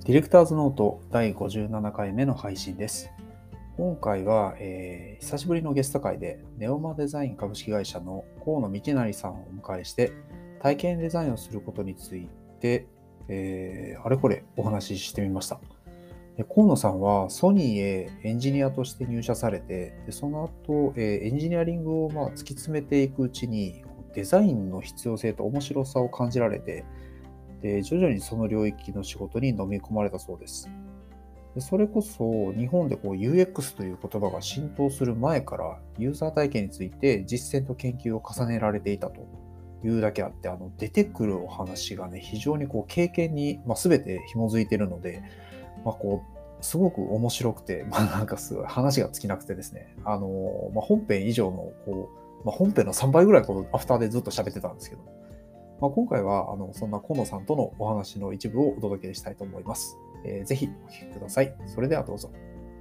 ディレクターズノート第57回目の配信です。今回は、久しぶりのゲスト会でネオマデザイン株式会社の河野道成さんをお迎えして体験デザインをすることについて、あれこれお話ししてみました。河野さんはソニーへエンジニアとして入社されて、その後、エンジニアリングを突き詰めていくうちにデザインの必要性と面白さを感じられて、徐々にその領域の仕事に飲み込まれたそうです。それこそ日本でUX という言葉が浸透する前からユーザー体験について実践と研究を重ねられていたというだけあって、出てくるお話がね、非常に経験に、全て紐づいているので、すごく面白くて、すごい話が尽きなくてですね、本編以上の本編の3倍ぐらいアフターでずっと喋ってたんですけど、今回はそんな河野さんとのお話の一部をお届けしたいと思います。ぜひお聞きください。それではどうぞ。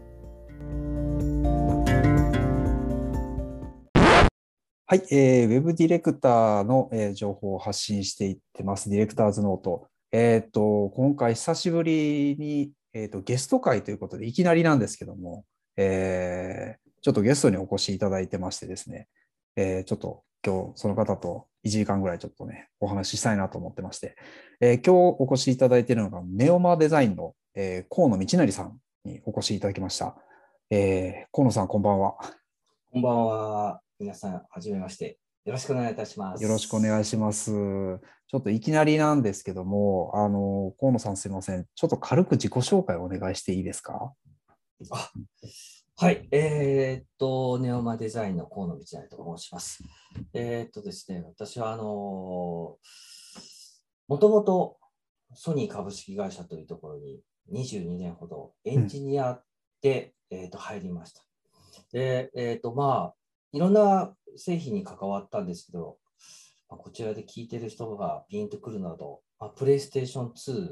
はい、ウェブディレクターの、情報を発信していってます。ディレクターズノート。今回久しぶりに、ゲスト会ということで、いきなりなんですけども、ちょっとゲストにお越しいただいてましてですね、ちょっと今日その方と1時間ぐらいちょっとね、お話ししたいなと思ってまして、今日お越しいただいているのがネオマデザインの、河野道成さんにお越しいただきました。河野さん、こんばんは。 こんばんは。皆さん、はじめまして。よろしくお願いいたします。 よろしくお願いします。ちょっといきなりなんですけども、河野さんすいません。ちょっと軽く自己紹介をお願いしていいですか？ はい。ネオマデザインの河野道成と申します。ですね、私は、もともとソニー株式会社というところに22年ほどエンジニアで、入りました。で、いろんな製品に関わったんですけど、こちらで聞いてる人がピンとくるなど、プレイステーション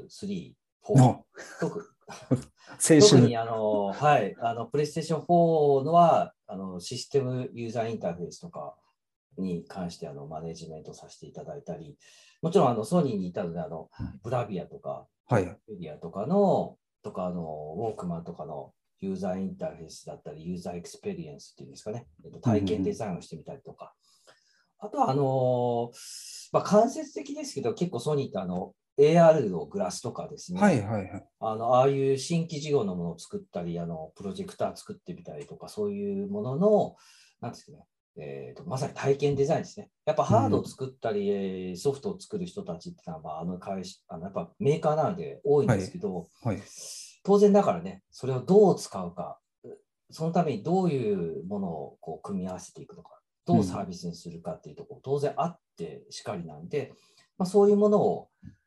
2、3、4、特にプレイステーション4のはシステムユーザーインターフェースとかに関してマネジメントさせていただいたり、もちろんソニーにいたのでブラビアとか、メディアとかウォークマンとかのユーザーインターフェースだったり、ユーザーエクスペリエンスっていうんですかね、体験デザインをしてみたりとか、あとは間接的ですけど、結構ソニーってAR のグラスとかですね、ああいう新規事業のものを作ったり、プロジェクター作ってみたりとか、そういうものの、なんですかね、まさに体験デザインですね。やっぱハードを作ったり、ソフトを作る人たちってのは、会社やっぱメーカーなので多いんですけど、当然だからね、それをどう使うか、そのためにどういうものを組み合わせていくのか、どうサービスにするかっていうところ、当然あってしかりなんで、そういうものを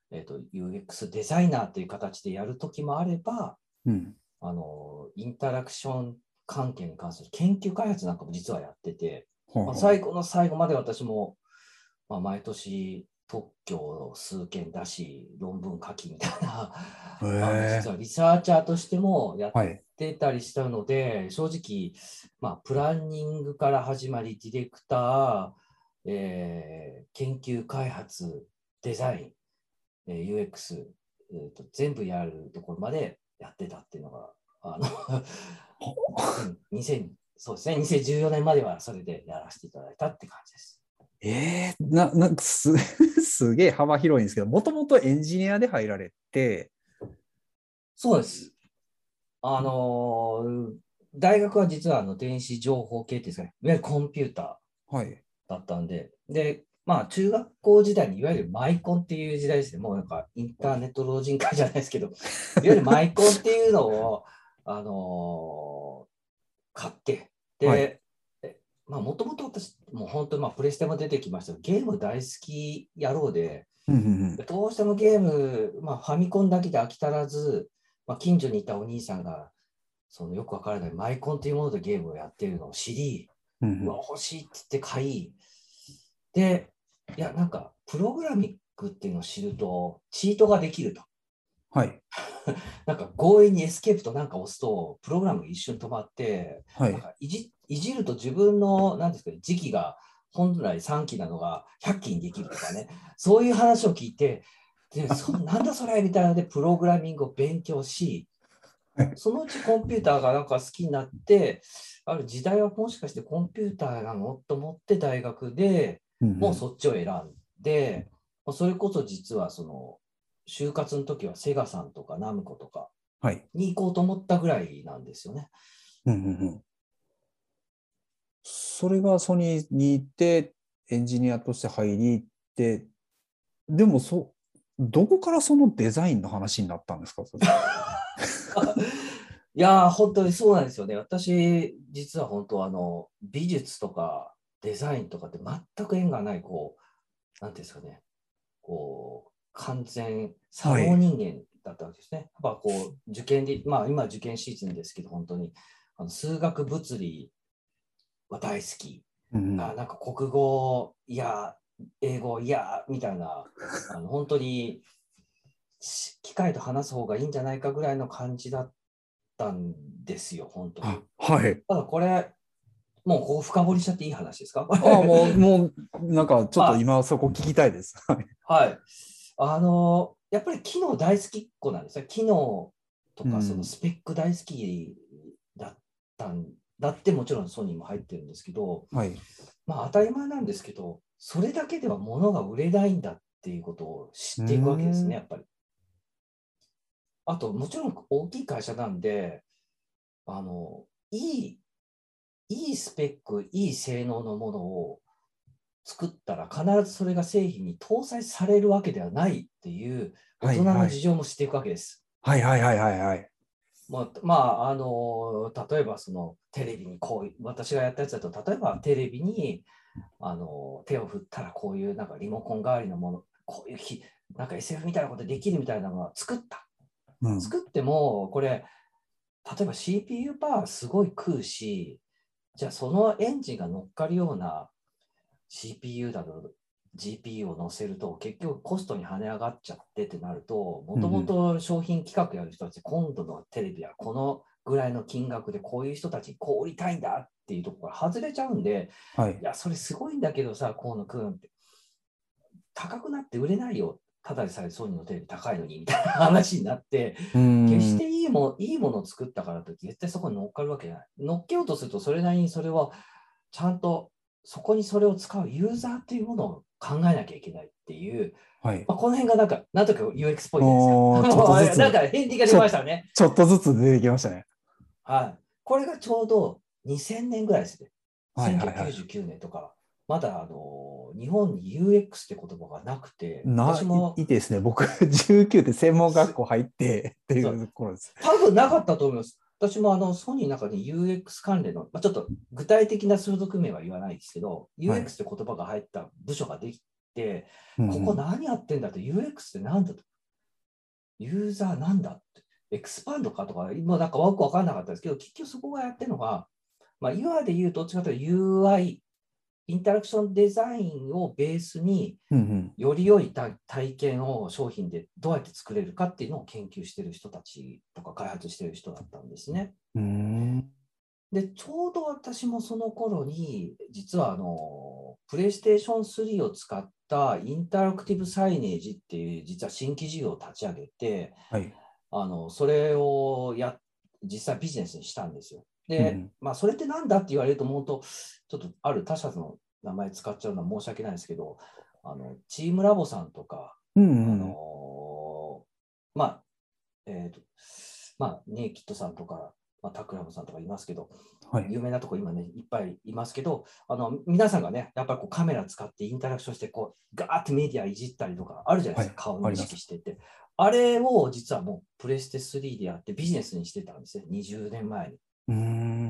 UX デザイナーという形でやるときもあれば、インタラクション関係に関する研究開発なんかも実はやってて、最後の最後まで私も、毎年特許を数件出し、論文書きみたいな、実はリサーチャーとしてもやってたりしたので、正直、プランニングから始まり、ディレクター、研究開発、デザイン、UX、全部やるところまでやってたっていうのが、そうですね、2014年まではそれでやらせていただいたって感じです。 なんかすげえ幅広いんですけど、もともとエンジニアで入られて。 そうです。大学は実は電子情報系っていうんですかね、いわゆるコンピューターだったんで、中学校時代にいわゆるマイコンっていう時代ですね、もうなんかインターネット老人会じゃないですけど、いわゆるマイコンっていうのを、買って、で、もともと私、もう本当にプレステも出てきましたけど、ゲーム大好き野郎で、どうしてもゲーム、ファミコンだけで飽き足らず、近所にいたお兄さんが、よくわからないマイコンというものでゲームをやっているのを知り、欲しいって言って買い、で、いや、なんか、プログラミングっていうのを知ると、チートができると。なんか強引にエスケープとなんか押すと、プログラムが一瞬止まって、なんかいじると自分の、なんですかね、時期が本来3期なのが100期にできるとかね、そういう話を聞いて、 で、なんだそれみたいなので、プログラミングを勉強し、そのうちコンピューターがなんか好きになって、ある時代はもしかしてコンピューターなのと思って大学でもうそっちを選んで、それこそ実はその就活の時はセガさんとかナムコとかはい。 に行こうと思ったぐらいなんですよね。 それがソニーに行ってエンジニアとして入りって、でもどこからそのデザインの話になったんですか、それ。 いやー、本当にそうなんですよね。私、実は本当美術とかデザインとかって全く縁がない、なんていうんですかね、完全作はい。 業人間だったわけですね。やっぱ受験で、まあ今受験シーズンですけど、本当に数学物理は大好き。なんか国語、いや、英語、いや、みたいな、本当に機械と話す方がいいんじゃないかぐらいの感じだったんですよ、本当に。 はい。 ただこれ、もう深掘りしちゃっていい話ですか？ もう、なんかちょっとあ、 今そこ聞きたいです。はい。 はい。やっぱり機能大好きっ子なんですよ。機能とかそのうん。 スペック大好きだったんだって、もちろんソニーも入ってるんですけど、 はい。 まあ当たり前なんですけど、それだけでは物が売れないんだっていうことを知うーっていくわけですね、 ん。 やっぱり。あと、もちろん大きい会社なんで、あの、いい、いいスペック、いい性能のものを作ったら必ずそれが製品に搭載されるわけではないっていう大はい、 人のはい。 事情も知っていくわけです。 はい、はい、はい、はい、はい。 例えばそのテレビに私がやったやつだと、例えばテレビに手を振ったらこういうなんかリモコン代わりのもの、こういうなんか SF みたいなことできるみたいなのを作った。 うん。 作っても、これ、例えば CPU パワーすごい食うし、じゃあそのエンジンが乗っかるような CPU だと GPU を乗せると結局コストに跳ね上がっちゃってってなると、もともうん。 と商品企画やる人たち、今度のテレビはこのぐらいの金額でこういう人たちにこう売りたいんだっていうところから外れちゃうんで、 はい。 いや、それすごいんだけどさ、河野くんって、高くなって売れないよ。ただでさえソニーのテレビ高いのにみたいな話になって、 うーん。 決していいものを作ったからといって絶対そこに乗っかるわけじゃない。乗っけようとするとそれなりにそれはちゃんとそこにそれを使うユーザーっていうものを考えなきゃいけないっていう、 はい。 この辺がなんとか UX っぽいじゃないですか。 ちょっとずなんつ、 か返事が出ちょ、 ましたね。 ちょっとずつ出てきましたね。 はい。これがちょうど2000年ぐらいですね。 はい、はい、はい。 1999年とか、まだ日本に UX って言葉がなくて、 いいですね。僕、19で専門学す校入ってっていそうう頃です。 多分なかったと思います。私もソニーの中に UX 関連の、ちょっと具体的な所属名は言わないですけど、 はい。 UX って言葉が入った部署ができて、ここうん。 何やってんだと、UX ってなんだと、ユーザーなんだって、エクスパンドかとか、今なんかわくわかんなかったですけど、結局そこがやってるのが、今で言うと、どっちかというと UI、インタラクションデザインをベースに、 うん。 より良い体験を商品でどうやって作れるかっていうのを研究している人たちとか開発している人だったんですね。 うん。 で、ちょうど私もその頃に、実はプレイステーション3を使ったインタラクティブサイネージっていう、実は新規事業を立ち上げて、 はい。 それを実際ビジネスにしたんですよ。で、 うん。 それってなんだって言われると思うと、ちょっとある他社の名前使っちゃうのは申し訳ないですけど、チームラボさんとか、 うあん。 のまあ、ネイキッドさんとか、タクラムさんとかいますけど、 はい。 有名なとこ今ね、いっぱいいますけど、皆さんがね、やっぱりカメラ使ってインタラクションして、ガーってメディアいじったりとかあるじゃないですか、 はい。 顔認あります。 識してて。あれを実はもうプレステ3でやってビジネスにしてたんですね、20年前に。 うん。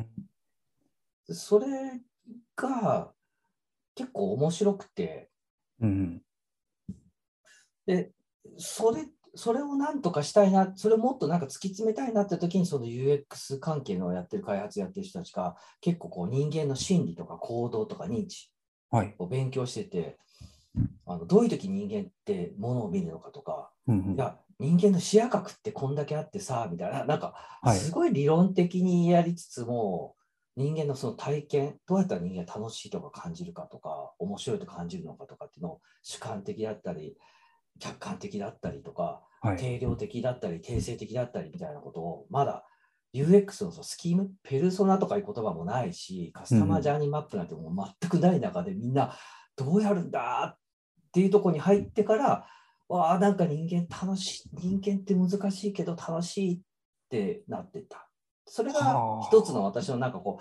それが結構面白くて、 うん。 で、それをなんとかしたいな、それをもっとなんか突き詰めたいなって時に、その UX 関係の開発やってる人たちが、結構人間の心理とか行動とか認知はい。 を勉強してて、どういう時人間ってものを見るのかとか、 うん。 いや、人間の視野角ってこんだけあってさ、みたいな、なんか、 はい。 すごい理論的にやりつつも、人間のその体験、どうやったら人間が楽しいとか感じるかとか、面白いと感じるのかとかっていうのを主観的だったり、 客観的だったりとか、 はい。 定量的だったり、定性的だったりみたいなことを、まだ UX のスキーム、ペルソナとかいう言葉もないし、カスタマージャーニーマップなんてもう全くない中で、みんなどうやるんだっていうところに入ってから、わあ、なんか人間楽しい、人間って難しいけど楽しいってなってた。それが一つのは私のなんかこう、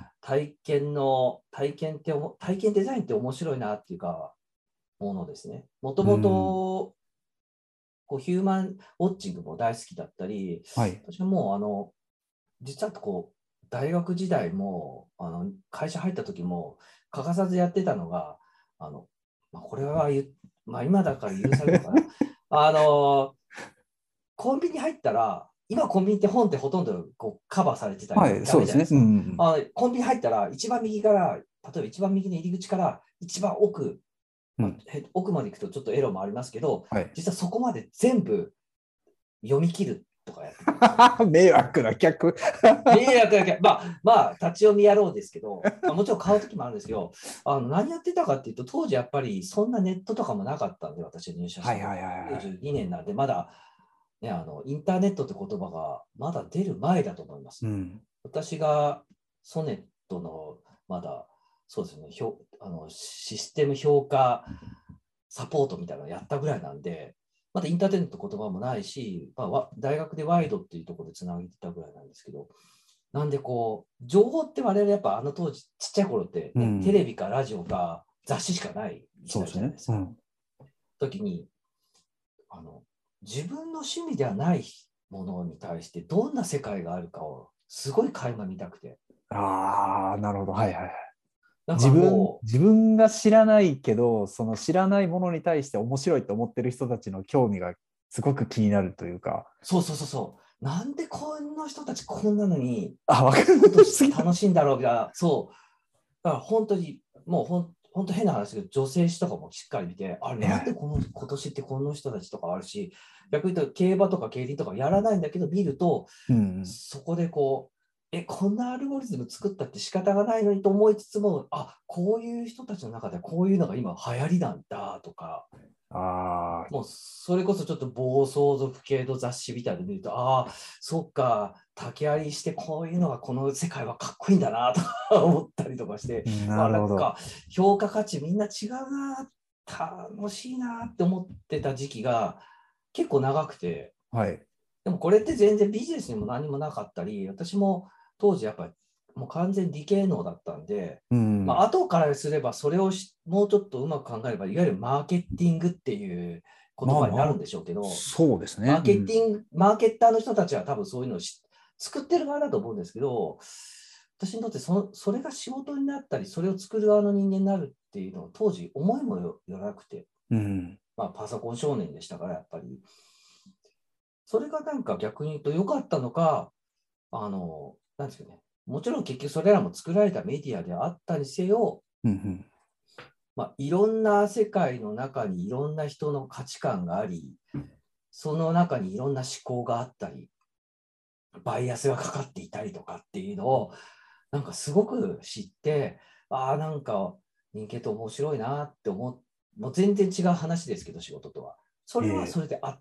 体験デザインって面白いなっていうか、ものですね。もとあ。うもん。 とこうヒューマンウォッチングも大好きだったり、 はい。 私はもう実はこう大学時代も会社入った時も欠かさずやってたのが、あのこれは今だから許されるのかな。あのコンビニ入ったら、今コンビニって本ってほとんどこうカバーされてたりはい、 ダそうですね。 メじゃないですか。 うん。 コンビニ入ったら、一番右から、例えば一番右の入り口から一番奥、 うん。 奥まで行くとちょっとエロもありますけど、 はい。 実はそこまで全部読み切るとかやってたんですよ。 迷惑な客。 迷惑だけ、立ち読みやろうですけど、もちろん買うときもあるんですけど、何やってたかっていうと、当時やっぱりそんなネットとかもなかったんで、私が入社した時、 はいはいはいはい。 92年なんで、まだ、ね、インターネットって言葉がまだ出る前だと思います。 うん。 私がソネットのまだ、そうですね、システム評価サポートみたいなのをやったぐらいなんで、まだインターネット言葉もないし、大学でワイドっていうところでつなげてたぐらいなんですけど、なんでこう、情報って我々やっぱあの当時、ちっちゃい頃ってね、テうん。 レビかラジオか雑誌しかない時そうですね。 代じゃないですか。 うん。 時に、あの、自分の趣味ではないものに対してどんな世界があるかをすごい垣間見たくて。 ああ、なるほど。はいはいはい。 なんかも自分が知らないけど、その知らないものに対して面白いと思ってる人たちの興味がすごく気になるというか、 そうそうそうそう。なんでこの人たちこんなのにあ、わかこういうことる。すぎ楽しいんだろうが、そう。だから本当に、もう本当変な話ですけど、女性誌とかもしっかり見て、あれいや、 なんで今年ってこの人たちとかあるし、逆に言うと競馬とか競輪とかやらないんだけど、見ると、 うん。 そこでこう、こんなアルゴリズム作ったって仕方がないのにと思いつつも、こういう人たちの中でこういうのが今流行りなんだとか、 ああ、 もうそれこそちょっと暴走族系の雑誌みたいで見ると、ああ、そっか、竹槍してこういうのがこの世界はかっこいいんだなとか思ったりとかして、 なるほど。 なんか評価価値みんな違うな、楽しいなって思ってた時期が結構長くて、 はい。 でもこれって全然ビジネスにも何もなかったり、私も当時やっぱりもう完全理系能だったんで、 うん。 後からすればそれをもうちょっとうまく考えれば、いわゆるマーケティングっていう言まあまあ、 葉になるんでしょうけど、 そうですね。うん。 マーケッターの人たちは多分そういうのを作ってる側だと思うんですけど、私にとってそれが仕事になったり、それを作る側の人間になるっていうのを当時思いもよらなくて、 うん。 パソコン少年でしたから、やっぱり。それがなんか逆に言うと良かったのか、なんですかね。もちろん結局それらも作られたメディアであったにせよ、 うん。 いろんな世界の中にいろんな人の価値観があり、その中にいろんな思考があったり、バイアスがかかっていたりとかっていうのを、なんかすごく知って、なんか人間って面白いなってもう全然違う話ですけど、仕事とは。それはええ。 それであった。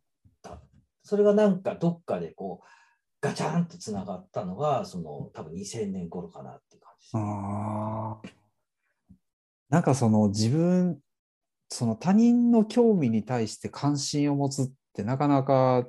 それがなんかどっかでこう、ガチャンとつながったのが、多分2000年頃かなっていう感じですね。 ああ。なんかそのその他人の興味に対して関心を持つってなかなか、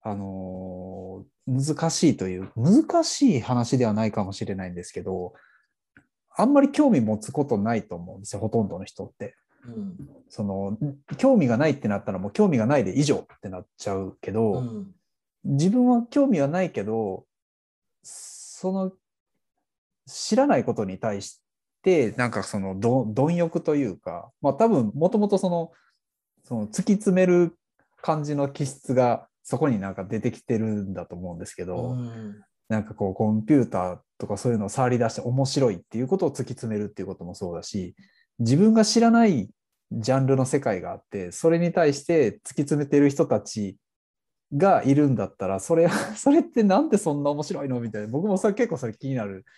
難しいという、難しい話ではないかもしれないんですけど、あんまり興味持つことないと思うんですよ、ほとんどの人って。 うん。 その、興味がないってなったらもう興味がないで以上ってなっちゃうけど、 うん。 自分は興味はないけど、その知らないことに対して、なんかその貪欲というか、まあ多分もともとその突き詰める感じの気質がそこになんか出てきてるんだと思うんですけうど、 ん。 なんかこうコンピューターとかそういうのを触り出して面白いっていうことを突き詰めるっていうこともそうだし、自分が知らないジャンルの世界があって、それに対して突き詰めてる人たちがいるんだったら、それってなんでそんな面白いのみたいな、僕も結構それ気になる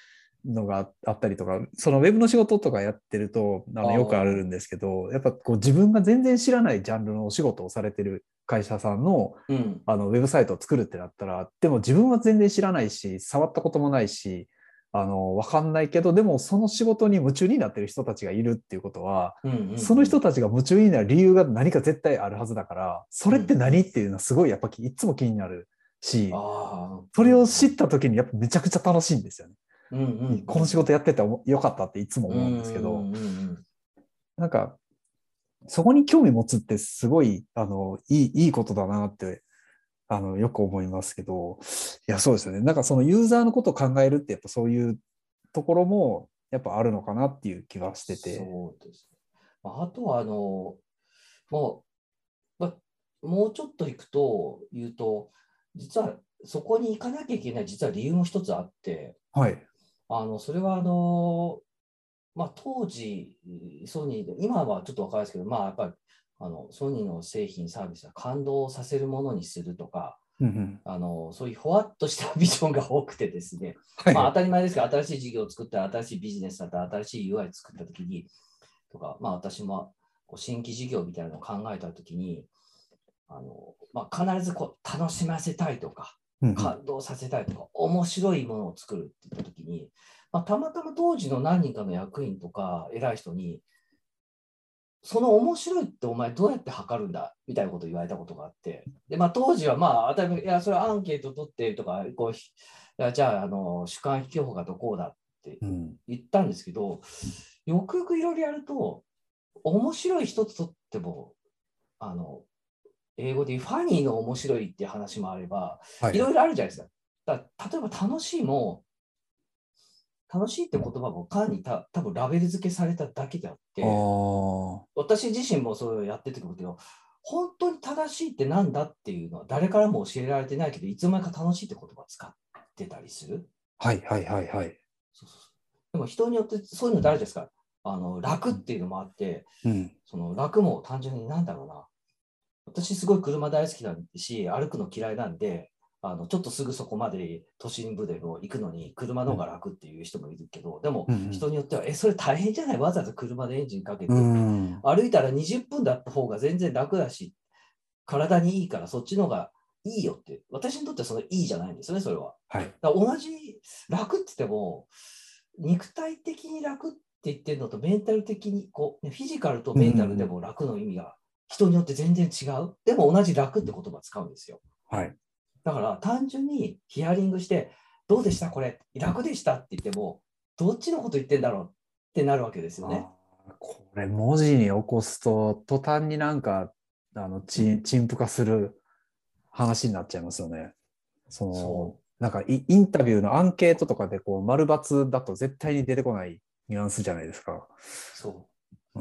のがあったりとか、そのウェブの仕事とかやってると、 あよくあるんですけど、やっぱこう自分が全然知らないジャンルのお仕事をされてる会社さんの、 うん。 ウェブサイトを作るってなったら、でも自分は全然知らないし、触ったこともないし、わかんないけど、でもその仕事に夢中になってる人たちがいるっていうことは、 うんうんそのうん。 人たちが夢中になる理由が何か絶対あるはずだから、それってうんうん。 何っていうのはすごいやっぱいつも気になるし、 ああ、 それを知っうんた時にやっぱめちゃくちゃ楽しいんですよね。 うん。うんうんこの仕事やっててよかったっていつもうん。う思うんですけど、 んうんうんうん。 なんか、そこに興味持つってすごい、いいことだなって、よく思いますけど、いや、そうですよね。なんかそのユーザーのことを考えるって、やっぱそういうところも、やっぱあるのかなっていう気がしてて。 そうですね。あとは、もう、もうちょっと行くと、言うと、実はそこに行かなきゃいけない実は理由も一つあって、 はい。 それは当時、ソニーで、今はちょっとわかるんですけど、やっぱりソニーの製品、サービスは感動させるものにするとか、 うんうん。 そういうほわっとしたビジョンが多くてですね、当はい。 たり前ですけど、新しい事業を作ったら、新しいビジネスだったら、新しい UI 作ったときに、とか、私もこう新規事業みたいなのを考えたときに、必ず楽しませたいとか、 うんうん。 感動させたいとか、面白いものを作るって言ったときに、たまたま当時の何人かの役員とか偉い人に、その面白いってお前どうやって測るんだみたいなことを言われたことがあって、で、当時は当たり前、いや、それはアンケート取ってとか、いやじゃあ、主観引き評価どこうだってうん。 言ったんですけど、よくよくいろいろやると、面白い一つとっても、あの、英語で言うファニーの面白いっていう話もあれば、 はい。 いろいろあるじゃないですか。例えば楽しいも、楽しいって言葉も単に多分ラベル付けされただけであっあて、 あ。 私自身もそれをやっててくるけど、本当に正しいってなんだっていうのは誰からも教えられてないけど、いつの間にか楽しいって言葉を使ってたりする。 はいはいはいはい。 そうそうそう。でも人によってそういうのってあるじゃないですか。楽っていうのもあって、 うん。 その楽も単純になんだろうな。私すごい車大好きだし、歩くの嫌いなんで、ちょっとすぐそこまで都心部でも行くのに車の方が楽っていう人もいるけど、でもうん人によっては、それ大変じゃないわざわざ車でエンジンかけうて、 ん。うん。 歩いたら20分だった方が全然楽だし、体にいいからそっちの方がいいよって、私にとってはそのいいじゃないんですよね、それは。 はい。 だから同じ楽って言っても、肉体的に楽って言ってるのとメンタル的にフィジカルとうんメンタルでうんうん。 も楽の意味が人によって全然違う。でも同じ楽って言葉使うんですよ。 はい。 だから単純にヒアリングして、どうでしたこれ楽でしたって言っても、どっちのこと言ってんだろうってなるわけですよね。 ああ、これ文字に起こすと、途端になんか、陳腐化する話になっちゃいますよね。その、 そなんかインタビューのアンケートとかで、こう、丸×だと絶対に出てこないニュアンスじゃないですか。 そう、 うん。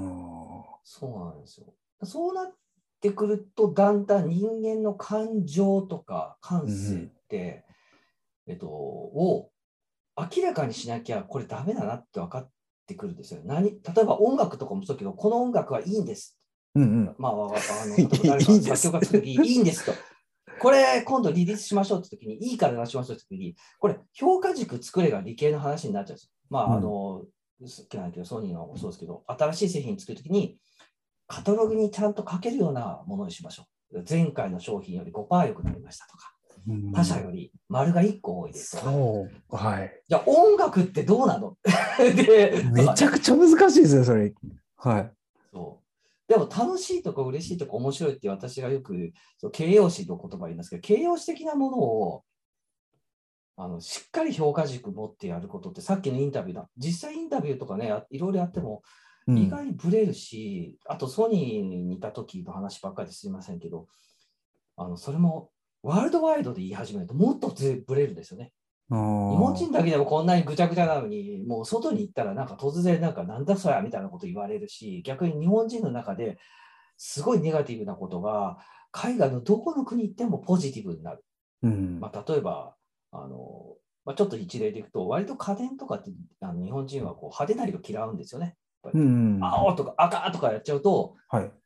そうなんですよ。そうなってくると、だんだん人間の感情とか感性っうんて、を明らかにしなきゃこれダメだなって分かってくるんですよ。例えば音楽とかもそうだけど、この音楽はいいんです。 うんうん。 例えば誰かいいです。 作曲が作るときにいいんですと。これ今度リリースしましょうって時に、いいから出しましょうって時に、これ評価軸作れが理系の話になっちゃうんですよ。 うん。 好きなんだけど、ソニーのもそうですけど、新しい製品作るときに、カタログにちゃんと書けるようなものにしましょう。前回の商品より5%良くなりましたとか、 う他社ん、 より丸が1個多いですとか。 そう。はい。 じゃあ音楽ってどうなので、とかね。 めちゃくちゃ難しいですね、それ。はい。 そうでも楽しいとか嬉しいとか面白いって私がよく形容詞の言葉言いますけど、形容詞的なものをしっかり評価軸持ってやることって、さっきのインタビューだ。実際インタビューとかね、いろいろやっても、意うん。 外にブレるし、あとソニーにいた時の話ばっかりですいませんけど、それもワールドワイドで言い始めるともっとブレるんですよね。 あ日本人あ。 だけでもこんなにぐちゃぐちゃなのに、もう外に行ったらなんか突然なんだそりゃみたいなこと言われるし、逆に日本人の中ですごいネガティブなことが、海外のどこの国行ってもポジティブになる。 うん。 例えば、ちょっと一例でいくと、割と家電とかって日本人はこう派手な色嫌うんですよね。やっぱうりん。 青とか赤とかやっちゃうと、 はい。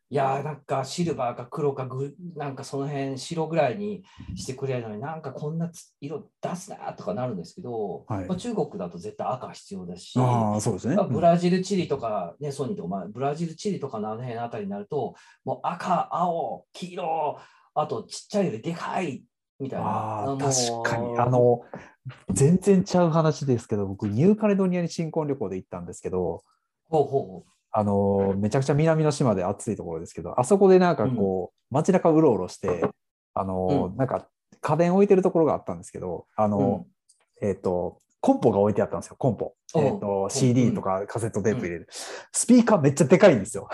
いやーなんかシルバーか黒かなんかその辺白ぐらいにしてくれるのになんかこんな色出すなとかなるんですけど、 はい。 まあ、中国だと絶対赤必要だし、 ああ、そうですね。 まあ、ブラジル、チリとか、ね、ソニーとか、まあ、ブラジル、チリとかのあの辺あたりになると、もう赤、青、黄色、あとちっちゃいよりでかいみたいな、 ああ、確かに。 もう、 全然ちゃう話ですけど、僕、ニューカレドニアに新婚旅行で行ったんですけど、 ほうほうほめちゃくちゃ南の島で暑いところですけど、あそこでなんう。うん、 かこう、街中うろうろして、 うん、 なんか家電置いてるところがあったんですけど、 うん。 コンポが置いてあったんですよ、コンポ。 おう、う CD とん、 かカセットテうん。 ープ入れる。スピーカーめっちゃでかいんですよ。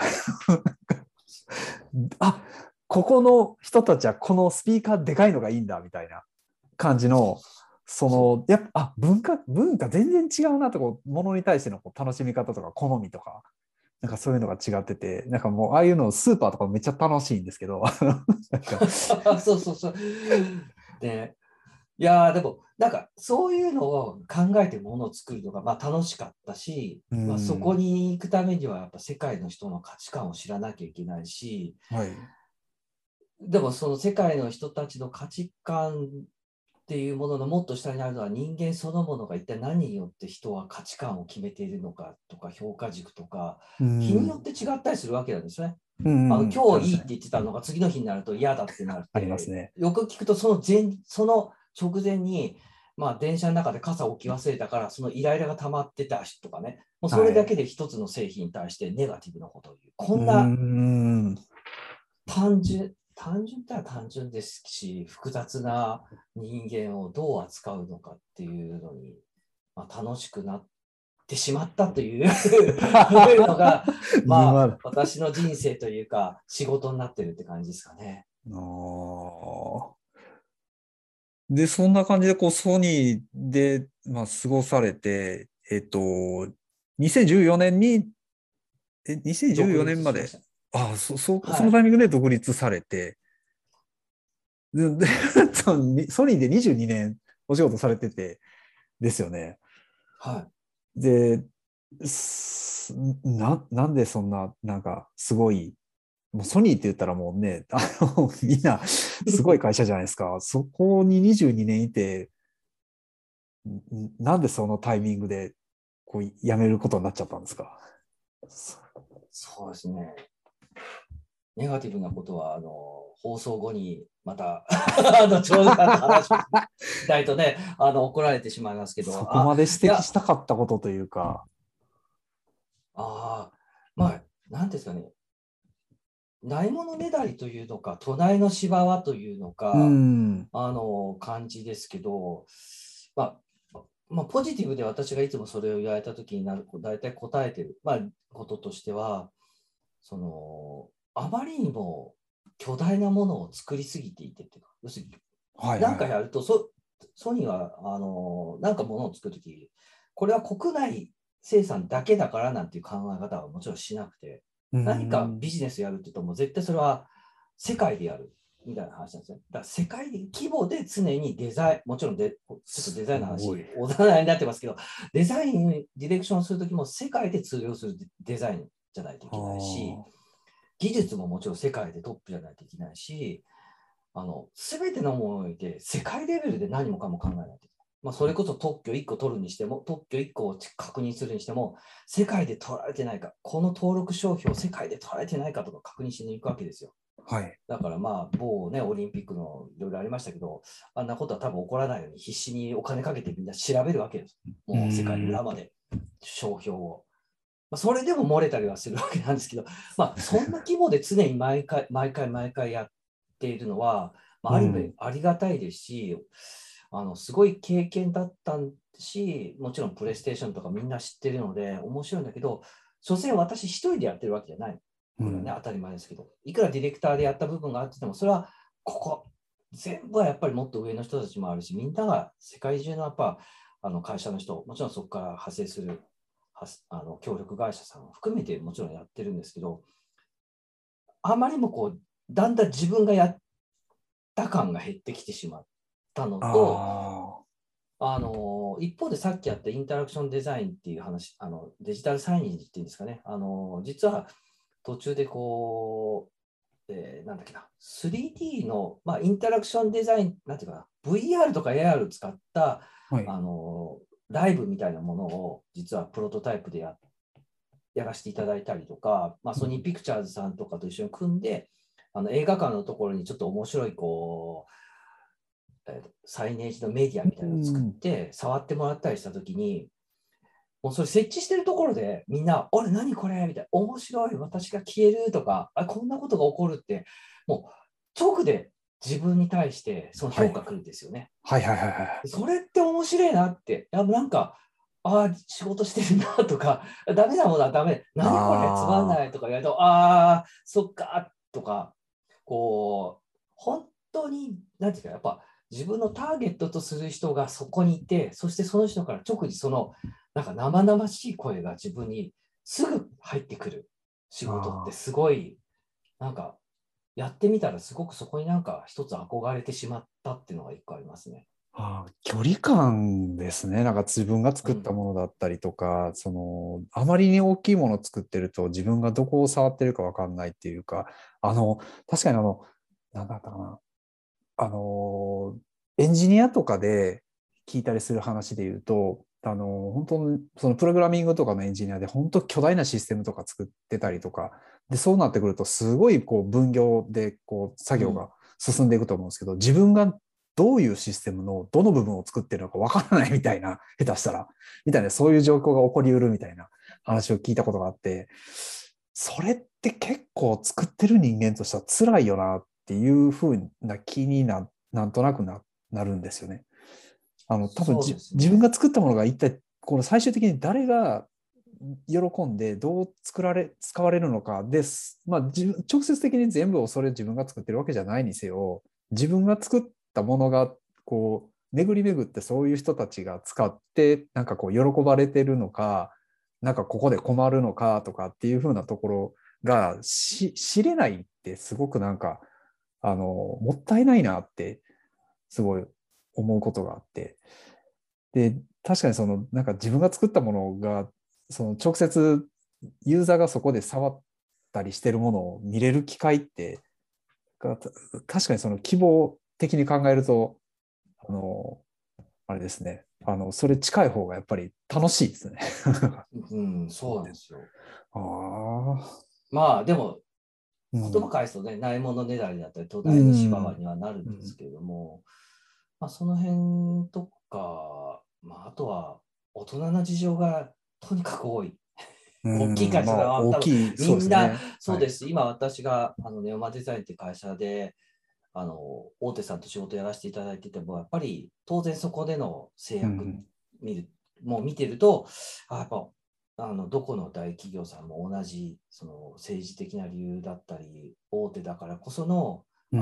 あ、ここの人たちはこのスピーカーでかいのがいいんだ、みたいな感じの、 そやっぱ、文化全然違うなと、こう、ものに対してのこう楽しみ方とか好みとか、なんかそういうのが違ってて、なんかもう、ああいうのスーパーとかめっちゃ楽しいんですけど、なんか、 う。そうそうそう。で、いやーでも、なんかそういうのを考えてものを作るのがまあ楽しかったし、 うまあ、そこん、 に行くためにはやっぱ世界の人の価値観を知らなきゃいけないし、 はい。 でもその世界の人たちの価値観っていうもののもっと下にあるのは人間そのものが一体何によって人は価値観を決めているのかとか評価軸とかう日によっん、 て違ったりするわけなんですね。 うん、うん、あ今日いいってりますね。 言ってたのが次の日になると嫌だってなっありますて、 ね。 よく聞くとその直前に、まあ、電車の中で傘を置き忘れたから、そのイライラが溜まってたとかね、もうそれはい。 だけで一つの製品に対してネガティブなことを言う。こうんなん、 単純ってのは単純ですし、複雑な人間をどう扱うのかっていうのに、まあ、楽しくなってしまったというのが、まあ、 沼だ。 私の人生というか、仕事になってるって感じですかね。 あーで、そんな感じで、こう、ソニーで、まあ、過ごされて、2014年に、2014 独年まで、 立しました。 そのはい。 タイミングで独立されて、で、ソニーで22年お仕事されてて、ですよね。 はい。 で、すなんでそんな、なんか、すごい、もうソニーって言ったらもうね、みんな、すごい会社じゃないですか。そこに22年いて、なんでそのタイミングで、こう、辞めることになっちゃったんですか？ そうですね。ネガティブなことは、放送後にまた長時間と話したいとね、怒られてしまいますけど、 そこまで指いや、 摘したかったことというか、 まあ、なんですかね、ないものねだりというのか、隣の芝はというのうか、 ん、 感じですけど、まポジティブで私がいつもそれを言われたときになる、大体答えてる、まあ、こととしては、あまりにも巨大なものを作りすぎていてっていうか、要するに、なんはいはいはい。 かやると、ソニーは、なんかものを作るとき、これは国内生産だけだからなんていう考え方はもちろんしなくて、 う何かん、 ビジネスやるって言うと、もう絶対それは世界でやるみたいな話なんですよ。だから世界規模で常にデザイン、もちろんちょっとすデザインのごい。 話、おざなりになってますけど、デザイン、ディレクションするときも世界で通用するデザインじゃないといけないし、 は技術ももちろん世界でトップじゃないといけないし、すべてのものにおいて世界レベルで何もかも考えないといけない。まあ、それこそ特許1個取るにしても、特許1個を確認するにしても、世界で取られてないか、この登録商標を世界で取られてないかとか確認しに行くわけですよ。 はい。 だからまあ、某ね、オリンピックのいろいろありましたけど、あんなことは多分起こらないように必死にお金かけてみんな調べるわけです。 うもう世界の裏ん、 まで、商標を。まあ、それでも漏れたりはするわけなんですけど、まあ、そんな規模で常に毎回やっているのは、まあ、ある意味うん、 ありがたいですし、すごい経験だったし、もちろんプレイステーションとかみんな知ってるので面白いんだけど、所詮私一人でやってるわけじゃない。これはね、 うん。 当たり前ですけど、いくらディレクターでやった部分があっても、それはここ、全部はやっぱりもっと上の人たちもあるし、みんなが世界中のやっぱ会社の人、もちろんそこから派生する協力会社さんを含めてもちろんやってるんですけど、あまりにもこう、だんだん自分がやった感が減ってきてしまったのと、 あ一方でさっきやったインタラクションデザインっていう話、デジタルサイニングっていうんですかね、実は途中でなんだっけな、3D の、インタラクションデザイン、なんていうかな、VR とか AR を使った、 はい。 ライブみたいなものを、実はプロトタイプでやらせていただいたりとか、ソニーピクチャーズさんとかと一緒に組んで、映画館のところにちょっと面白い、サイネージのメディアみたいなのを作っうん。 て、触ってもらったりしたときに、もうそれ設置してるところでみんな、あれ何これみたいな、面白い、私が消えるとか、こんなことが起こるって、もう直で自分に対してそのはい。 評価来るんですよね。 はいはいはいはい。 それって面白いなって、なんか、仕事してるなとか、ダメなものはダメ、何これ、つまんないあとか言われると、そっかとか、本当に、なんていうか、やっぱ自分のターゲットとする人がそこにいて、そしてその人から直になんか生々しい声が自分にすぐ入ってくる仕事ってあ。 すごい、なんか、やってみたらすごくそこになんか一つ憧れてしまったっていうのが一個ありますね。 距離感ですね。なんか自分がうん。 作ったものだったりとか、あまりに大きいものを作ってると自分がどこを触ってるかわかんないっていうか、あの、確かになんだったかな。あの、エンジニアとかで聞いたりする話で言うと、本当にそのプログラミングとかのエンジニアで本当巨大なシステムとか作ってたりとか、で、そうなってくるとすごい分業で作業がうん。 進んでいくと思うんですけど、自分がどういうシステムのどの部分を作ってるのかわからないみたいな、下手したら、みたいな、そういう状況が起こりうるみたいな話を聞いたことがあって、それって結構作ってる人間としては辛いよなっていうふうな気になんとなくなるんですよね。多分そうです自分ね。 が作ったものが一体、この最終的に誰が喜んでどう使われるのかです。直接的に全部をそれ自分が作ってるわけじゃないにせよ、自分が作ったものが、巡り巡ってそういう人たちが使って、なんか喜ばれてるのか、なんかここで困るのかとかっていう風なところが知れないってすごくなんか、もったいないなってすごい思うことがあって。で、確かになんか自分が作ったものが、直接ユーザーがそこで触ったりしてるものを見れる機会って、確かに規模的に考えると、あの、あれですね。それ近い方がやっぱり楽しいですね。 うん、そうなんですよ。 ああ、 でも、言葉うん、 返すとね、ないものねだりだったり、土う台の芝ん、 にはなるうん、 んですけれども、その辺とか、あとは、大人の事情がとにかく多い。 う大きい会ん、 社だな、多分大きい、そうでみんなすね。はい。 そうです。今、私がネオマデザインっていう会社で、大手さんと仕事やらせていただいてても、やっぱり当然そこでの制約うん、 見る、もう見てると、やっぱどこの大企業さんも同じその政治的な理由だったり、大手だからこそのうん、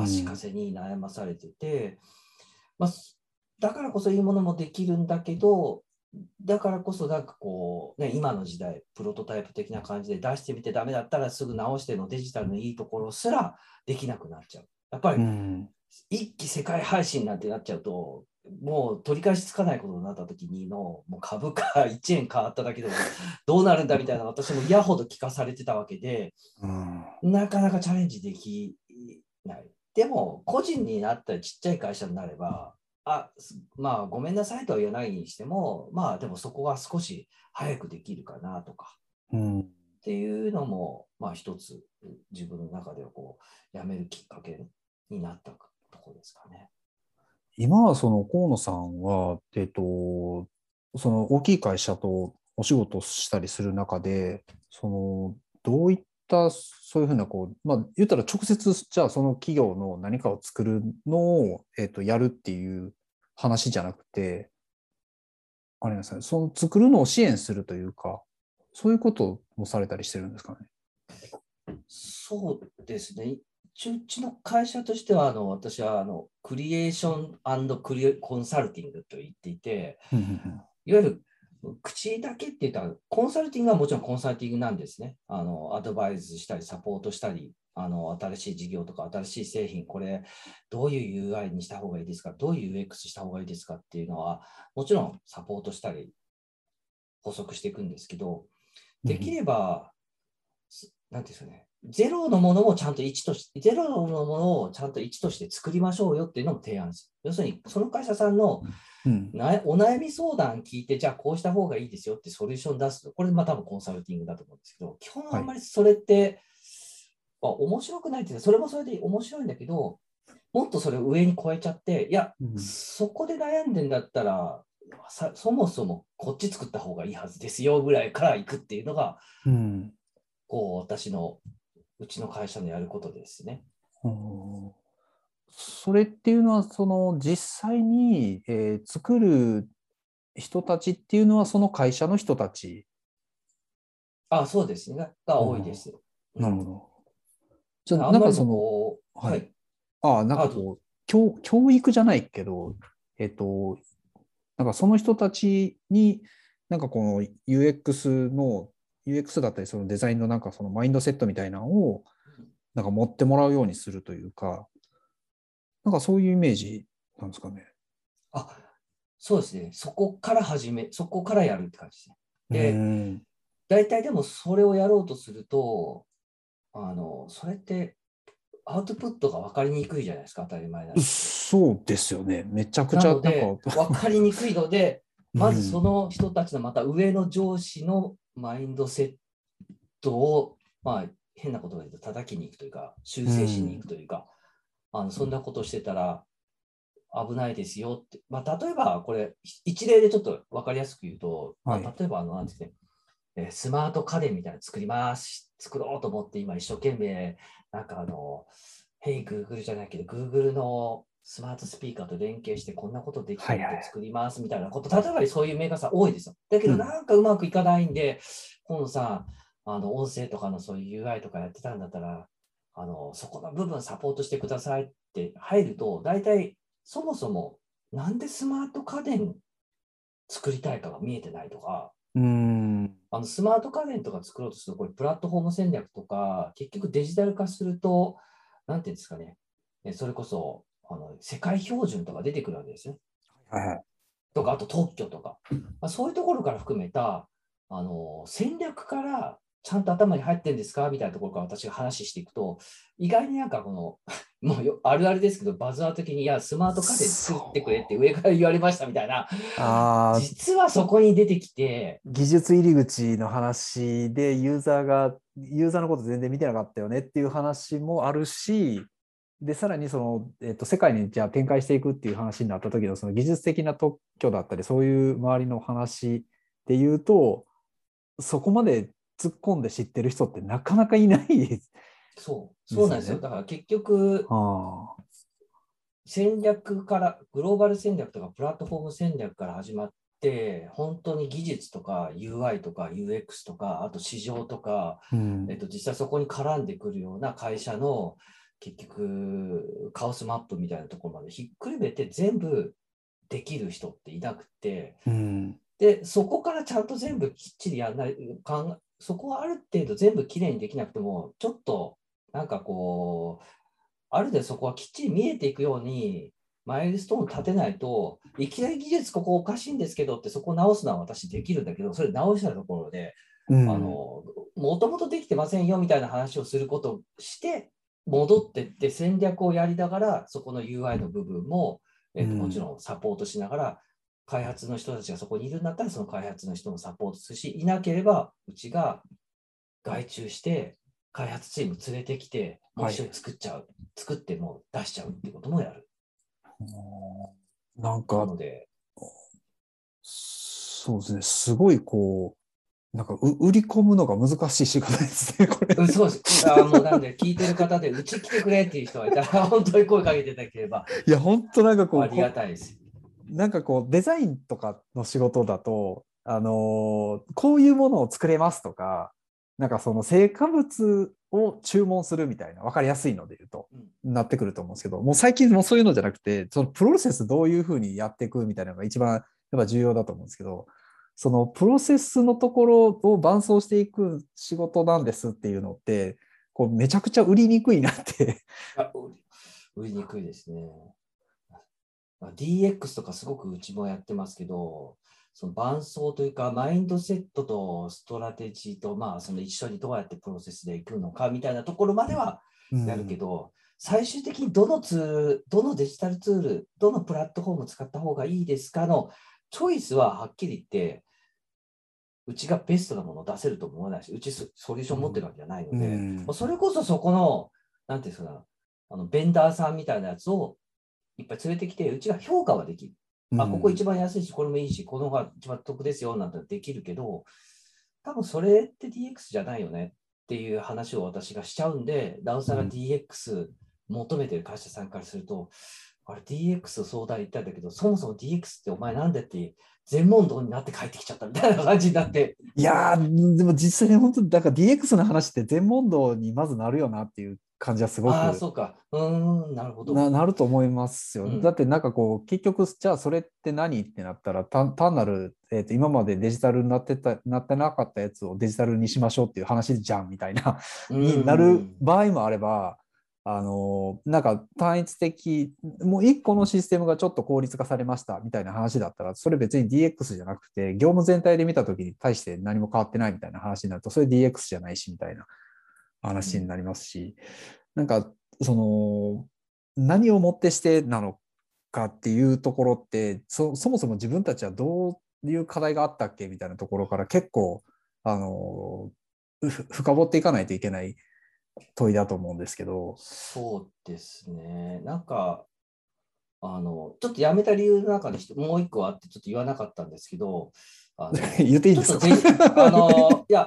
足かせに悩まされてて、まあ、だからこそいいものもできるんだけど、だからこそなんか今の時代、プロトタイプ的な感じで出してみてダメだったらすぐ直してのデジタルのいいところすらできなくなっちゃう。やっぱりうん、 一気世界配信なんてなっちゃうと、もう取り返しつかないことになった時にもう株価1円変わっただけでもどうなるんだみたいな私も嫌ほど聞かされてたわけで、 うん、 なかなかチャレンジできない。でも、個人になったりちっちゃい会社になれば、ごめんなさいとは言わないにしても、でもそこが少し早くできるかなとかうん。 っていうのも、一つ自分の中ではやめるきっかけになったところですかね。 今は河野さんは、その大きい会社とお仕事をしたりする中で、どういったそういうふうな言ったら直接じゃあその企業の何かを作るのを、やるっていう話じゃなくて、あれなんですかね、その作るのを支援するというか、そういうこともされたりしてるんですかね。 そうですね。うちの会社としては、私はクリエーションコンサルティングと言っていて、 うんうんいわゆる口だけって言ったら、コンサルティングはもちろんコンサルティングなんですね。アドバイスしたり、サポートしたり、新しい事業とか新しい製品、これ、どういう UI にした方がいいですか、どういう UX した方がいいですかっていうのは、もちろんサポートしたり、補足していくんですけど、 うん。うできんれば、なんていうんですかね、 ゼロのものもちゃんと1として、ゼロのものをちゃんと1として作りましょうよっていうのも提案です。要するに、その会社さんのうん。 お悩み相談聞いて、じゃあこうした方がいいですよってソリューション出すと、これまあ多分コンサルティングだと思うんですけど、基本あんまはい。 りそれって、面白くないっていうか、それもそれで面白いんだけど、もっとそれを上に超えちゃって、いや、 うん。 そこで悩んでんだったら、そもそもこっち作った方がいいはずですよぐらいから行くっていうのが、 うん。 私のうちの会社のやることですね。 うん、それっていうのは、その実際に、作る人たちっていうのは、その会社の人たち。 そうですね。が多いでうん、 す。うなるほん。 ど。じゃあ、 あんまりもはい。 はい。 なんかどうぞ。 教育じゃないけど、なんかその人たちに、なんかこの UX だったり、そのデザインのなんかそのマインドセットみたいなのを、なんか持ってもらうようにするというか、なんかそういうイメージなんですかね。 あ、そうですね。そこからやるって感じですね。 うで、 ん。 大体でもそれをやろうとすると、それってアウトプットが分かりにくいじゃないですか、当たり前なんですけど。 そうですよね。めちゃくちなゃ、なんかので、分かりにくいので、 うまずそん。 の人たちのまた上の上司のマインドセットを、まあ、変なことで言うと叩きに行くというか、修う正しに行ん。 くというか、そんなことしてたら危ないですよって。まあ、例えば、これ、一例でちょっと分かりやすく言うと、 はい。 例えば、なんですね、スマート家電みたいなの作ろうと思って今一生懸命、なんかHey Google じゃないけど、Google のスマートスピーカーと連携してこんなことできるのではいはい。 作りますみたいなこと、例えばそういうメーカーさん多いですよ。だけどうん。 なんかうまくいかないんで、今度さ、音声とかのそういう UI とかやってたんだったら、そこの部分サポートしてくださいって入ると、大体そもそもなんでスマート家電作りたいかが見えてないとか、 うん。 スマート家電とか作ろうとすると、これプラットフォーム戦略とか、結局デジタル化すると、なんていうんですかね、それこそ世界標準とか出てくるわけですよ。 はいはい。 とか、あと特許とか、そういうところから含めた戦略からちゃんと頭に入ってるんですかみたいなところから私が話していくと、意外になんかもうあるあるですけど、バズワード的に、いや、スマート家電作ってくれってそう。 上から言われましたみたいな、 ああ、 実はそこに出てきて、 技術入り口の話でユーザーのこと全然見てなかったよねっていう話もあるし、で、さらにその、世界にじゃあ展開していくっていう話になった時のその技術的な特許だったり、そういう周りの話で言うと、そこまで突っ込んで知ってる人ってなかなかいないそうなんですよ。 ですよね。 だから結局、 はあ。 戦略から、グローバル戦略とかプラットフォーム戦略から始まって、本当に技術とか UI とか UX とか、あと市場とか、 うん。 実際そこに絡んでくるような会社の結局カオスマップみたいなところまでひっくるめて全部できる人っていなくて、 うん。 で、そこからちゃんと全部きっちりやんない、そこはある程度全部きれいにできなくても、ちょっとなんかある程度そこはきっちり見えていくように、マイルストーン立てないと、いきなり技術ここおかしいんですけどって、そこを直すのは私できるんだけど、それ直したところで、 うん。 もともとできてませんよみたいな話をすることをして、戻ってって戦略をやりながら、そこの UI の部分も、もちうん。 ろんサポートしながら、開発の人たちがそこにいるんだったら、その開発の人もサポートするし、いなければ、うちが外注して、開発チーム連れてきて、もうはい。 一緒に作ってもう出しちゃうっていうこともやる。 なんか、 なので、 そうですね。すごいなんか売り込むのが難しい仕事ですね、これ。 そうです。もうなんで、聞いてる方で、うち来てくれっていう人がいたら、本当に声かけていただければいや、本当なんかありがたいです。 なんかデザインとかの仕事だと、こういうものを作れますとか、なんかその成果物を注文するみたいな、わかりやすいので言うと、 うん、 なってくると思うんですけど、もう最近もうそういうのじゃなくて、そのプロセスどういうふうにやっていくみたいなのが一番やっぱ重要だと思うんですけど、そのプロセスのところを伴走していく仕事なんですっていうのって、めちゃくちゃ売りにくいなってあ売りにくいですね。DX とかすごくうちもやってますけど、 その伴走というか、マインドセットとストラテジーと、まあ、その一緒にどうやってプロセスでいくのかみたいなところまではやるけど、最終的にどのデジタルツール、どのプラットフォームを使った方がいいですかのチョイスははっきり言って、うちがベストなものを出せると思わないし、うちソリューション持ってるわけじゃないので、それこそそこの、なんていうんですか、ベンダーさんみたいなやつをいっぱい連れてきて、うちが評価はできる。ここ一番安いし、これもいいし、この方が一番得ですよなんてできるけど、多分それって DX じゃないよねっていう話を私がしちゃうんで、なおさら DX 求めてる会社さんからすると、あれ DX 相談言ったんだけど、そもそも DX ってお前なんでって全問答になって帰ってきちゃったみたいな感じになって。 いやー、でも実際に本当に、だから DX の話って全問答にまずなるよなっていう感じはすごくそうか。なるほど。 なると思いますよ。だってなんかこう、結局、じゃあそれって何ってなったら、単なる、今までデジタルになってなかったやつをデジタルにしましょうっていう話じゃんみたいなになる場合もあれば、なんか単一的、もう一個のシステムがちょっと効率化されましたみたいな話だったら、それ別に DX じゃなくて、業務全体で見たときに対して何も変わってないみたいな話になると、それ DX じゃないしみたいな話になりますし、なんか、その、何をもってしてなのかっていうところって、そもそも自分たちはどういう課題があったっけみたいなところから結構、深掘っていかないといけない問いだと思うんですけど。 そうですね。なんか、ちょっと辞めた理由の中でもう一個あって、ちょっと言わなかったんですけど、 言っていいんですか？ ちょっといや、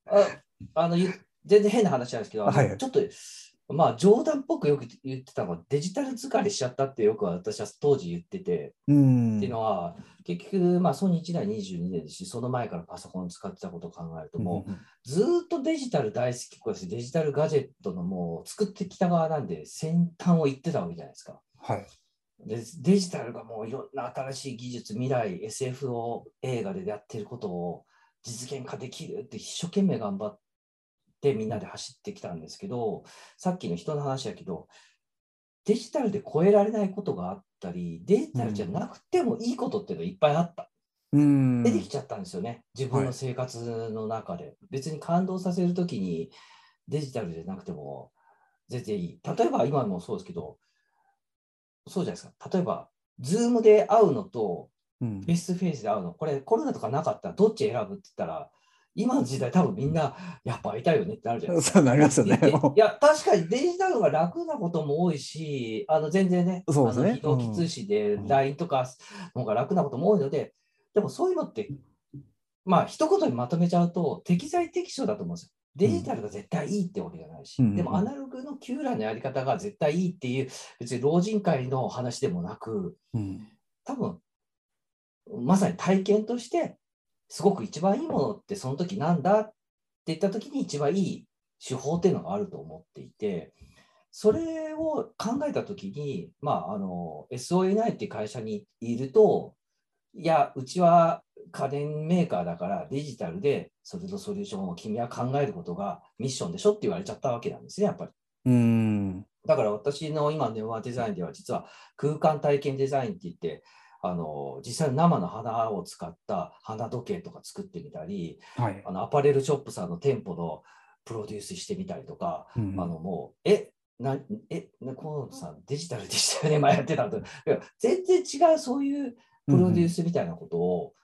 全然変な話なんですけど、 はい。 ちょっと、まあ、冗談っぽくよく言ってたのが、デジタル疲れしちゃったってよく私は当時言ってて、っていうのは、結局、まあ、ソニー1代22年ですし、その前からパソコンを使ってたことを考えると、もう、ずっとデジタル大好きですし、デジタルガジェットのもう作ってきた側なんで、先端を行ってたわけじゃないですか。 はい。 デジタルがもういろんな新しい技術、未来、SF を映画でやってることを実現化できるって一生懸命頑張ってみんなで走ってきたんですけど、さっきの人の話だけど、デジタルで超えられないことがあったり、デジタルじゃなくてもいいことっていうのがいっぱいあった。出てきちゃったんですよね、自分の生活の中で。別に感動させるときにデジタルじゃなくても全然いい。例えば今もそうですけど、そうじゃないですか。例えば、ズームで会うのと、フェイスフェイスで会うの、これコロナとかなかったらどっち選ぶって言ったら、今の時代多分みんな、やっぱ会いたいよねってなるじゃないですか。 そうなりますよね。 いや、確かにデジタルが楽なことも多いし、全然ね、 そうですね。 非同期通信で LINE とかの方が楽なことも多いので、でもそういうのって、まあ、一言にまとめちゃうと、適材適所だと思うんですよ。デジタルが絶対いいってわけじゃないし、でもアナログの旧来のやり方が絶対いいっていう、別に老人会の話でもなく、多分、まさに体験として、すごく一番いいものってその時なんだって言った時に一番いい手法っていうのがあると思っていて、それを考えた時に、まあ、SONI っていう会社にいると、いや、うちは家電メーカーだからデジタルでそれとソリューションを君は考えることがミッションでしょって言われちゃったわけなんですね、やっぱり。だから私の今のネオマデザインでは実は空間体験デザインって言って、実際の生の花を使った花時計とか作ってみたり、アパレルショップさんの店舗のプロデュースしてみたりとか、もう、河野さんデジタルでしたよね、前やってたと。全然違うそういうプロデュースみたいなことを、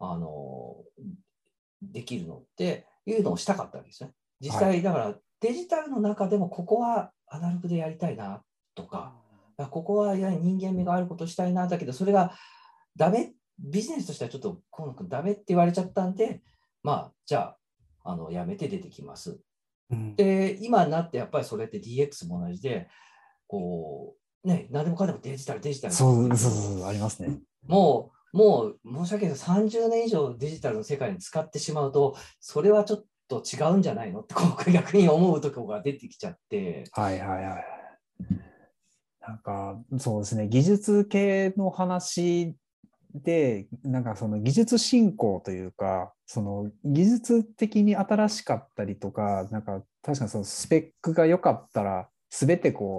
できるのっていうのをしたかったんですね。実際、だからデジタルの中でもここはアナログでやりたいなとか、ここはやはり人間味があることをしたいなだけど、それがダメ、ビジネスとしてはちょっと河野君ダメって言われちゃったんで、まあ、じゃあ、やめて出てきます。で、今になってやっぱりそれって DX も同じで、こう、ね、何でもかんでもデジタル、デジタル。 そう、ありますね。 もう申し訳ないけど、30年以上デジタルの世界に使ってしまうと、それはちょっと違うんじゃないのって逆に思うところが出てきちゃって。 なんか、そうですね、技術系の話で、なんかその技術進行というか、その技術的に新しかったりとか、なんか確かにそのスペックが良かったら、すべてこ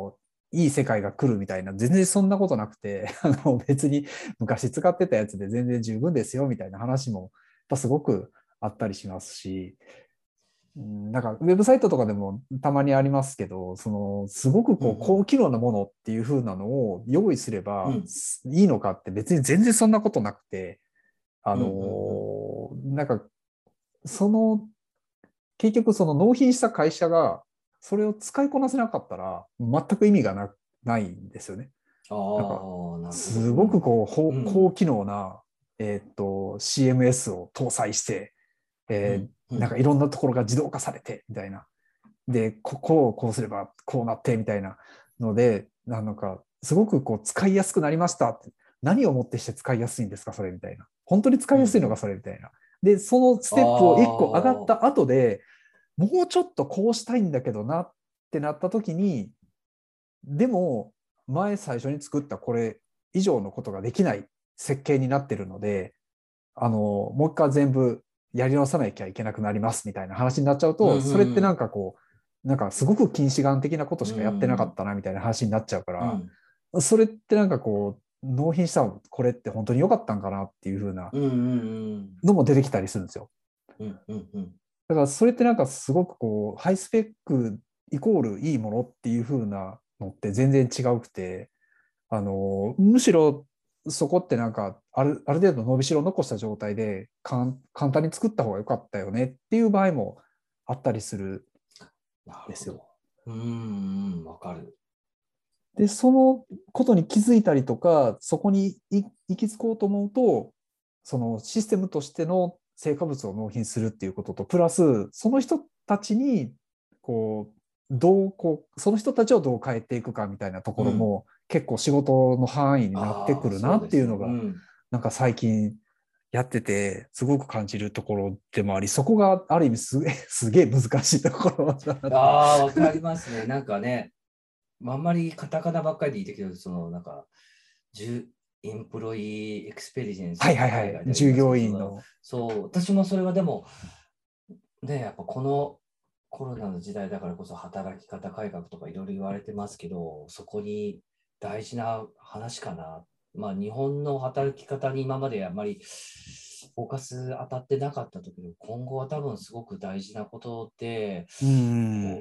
いい世界が来るみたいな、全然そんなことなくて、別に昔使ってたやつで全然十分ですよみたいな話も、やっぱすごくあったりしますし、なんかウェブサイトとかでもたまにありますけど、すごくこう高機能なものっていう風なのを用意すればうん、 いいのかって別に全然そんなことなくて、 うん、うん、うん、 なんか、その、結局その納品した会社がそれを使いこなせなかったら全く意味がないんですよね。 あなんか、 あ、なるほど。 すごくうん、 こう、 うん、 高機能な、CMS を搭載して、 うん、うん、 なんかいろんなところが自動化されて、みたいな。で、ここをこうすればこうなって、みたいなので、なんか、すごくこう、使いやすくなりましたって。何をもってして使いやすいんですか、それみたいな。本当に使うん、 いやすいのか、 うん。 それみたいな。で、そのスあテップを1個上がっあ、 た後で、もうちょっとこうしたいんだけどなってなった時に、でも、前最初に作ったこれ以上のことができない設計になってるので、もう一回全部やり直さなきゃいけなくなりますみたいな話になっちゃううん、 と、それってなんうん、 かこう、なんかすごく近視眼的なことうしかやってなかっん、 たなみたいな話になっちゃうかうん、 ら、それってなんかこう、納品したこれって本当に良かったんかなっていう風なうん、うん、 のも出てきたりするんですよ。 うん、うん、うん。 だからそれってなんかすごくこう、ハイスペックイコールいいものっていう風なのって全然違うくて、むしろそこってなんかある程度伸びしろを残した状態で簡単に作った方が良かったよねっていう場合もあったりするなんですよ。 るほど。うん、うん、わかる。 で、そのことに気づいたりとか、そこに行き着こうと思うと、そのシステムとしての成果物を納品するっていうことと、プラス、その人たちに、その人たちをどう変えていくかみたいなとこうん。 ろも、結構仕事の範囲になってああ、 くるなそうですね。 っていうのが、 うん。 なんか最近やってて、すごく感じるところでもあり、そこがある意味すげえ難しいところだなって。 ああ、わかりますね。なんかね、あんまりカタカナばっかりで言ってけど、なんか、エンプロイエクスペリエンスはいってはいはい。 海外では言い従ますけど、 業員の。 私もそれはでも、ね、やっぱこのコロナの時代だからこそ働き方改革とかいろいろ言われてますけど、そこに大事な話かな。まあ、日本の働き方に今まであまりフォーカス当たってなかったけど、今後は多分すごく大事なことで、 うん。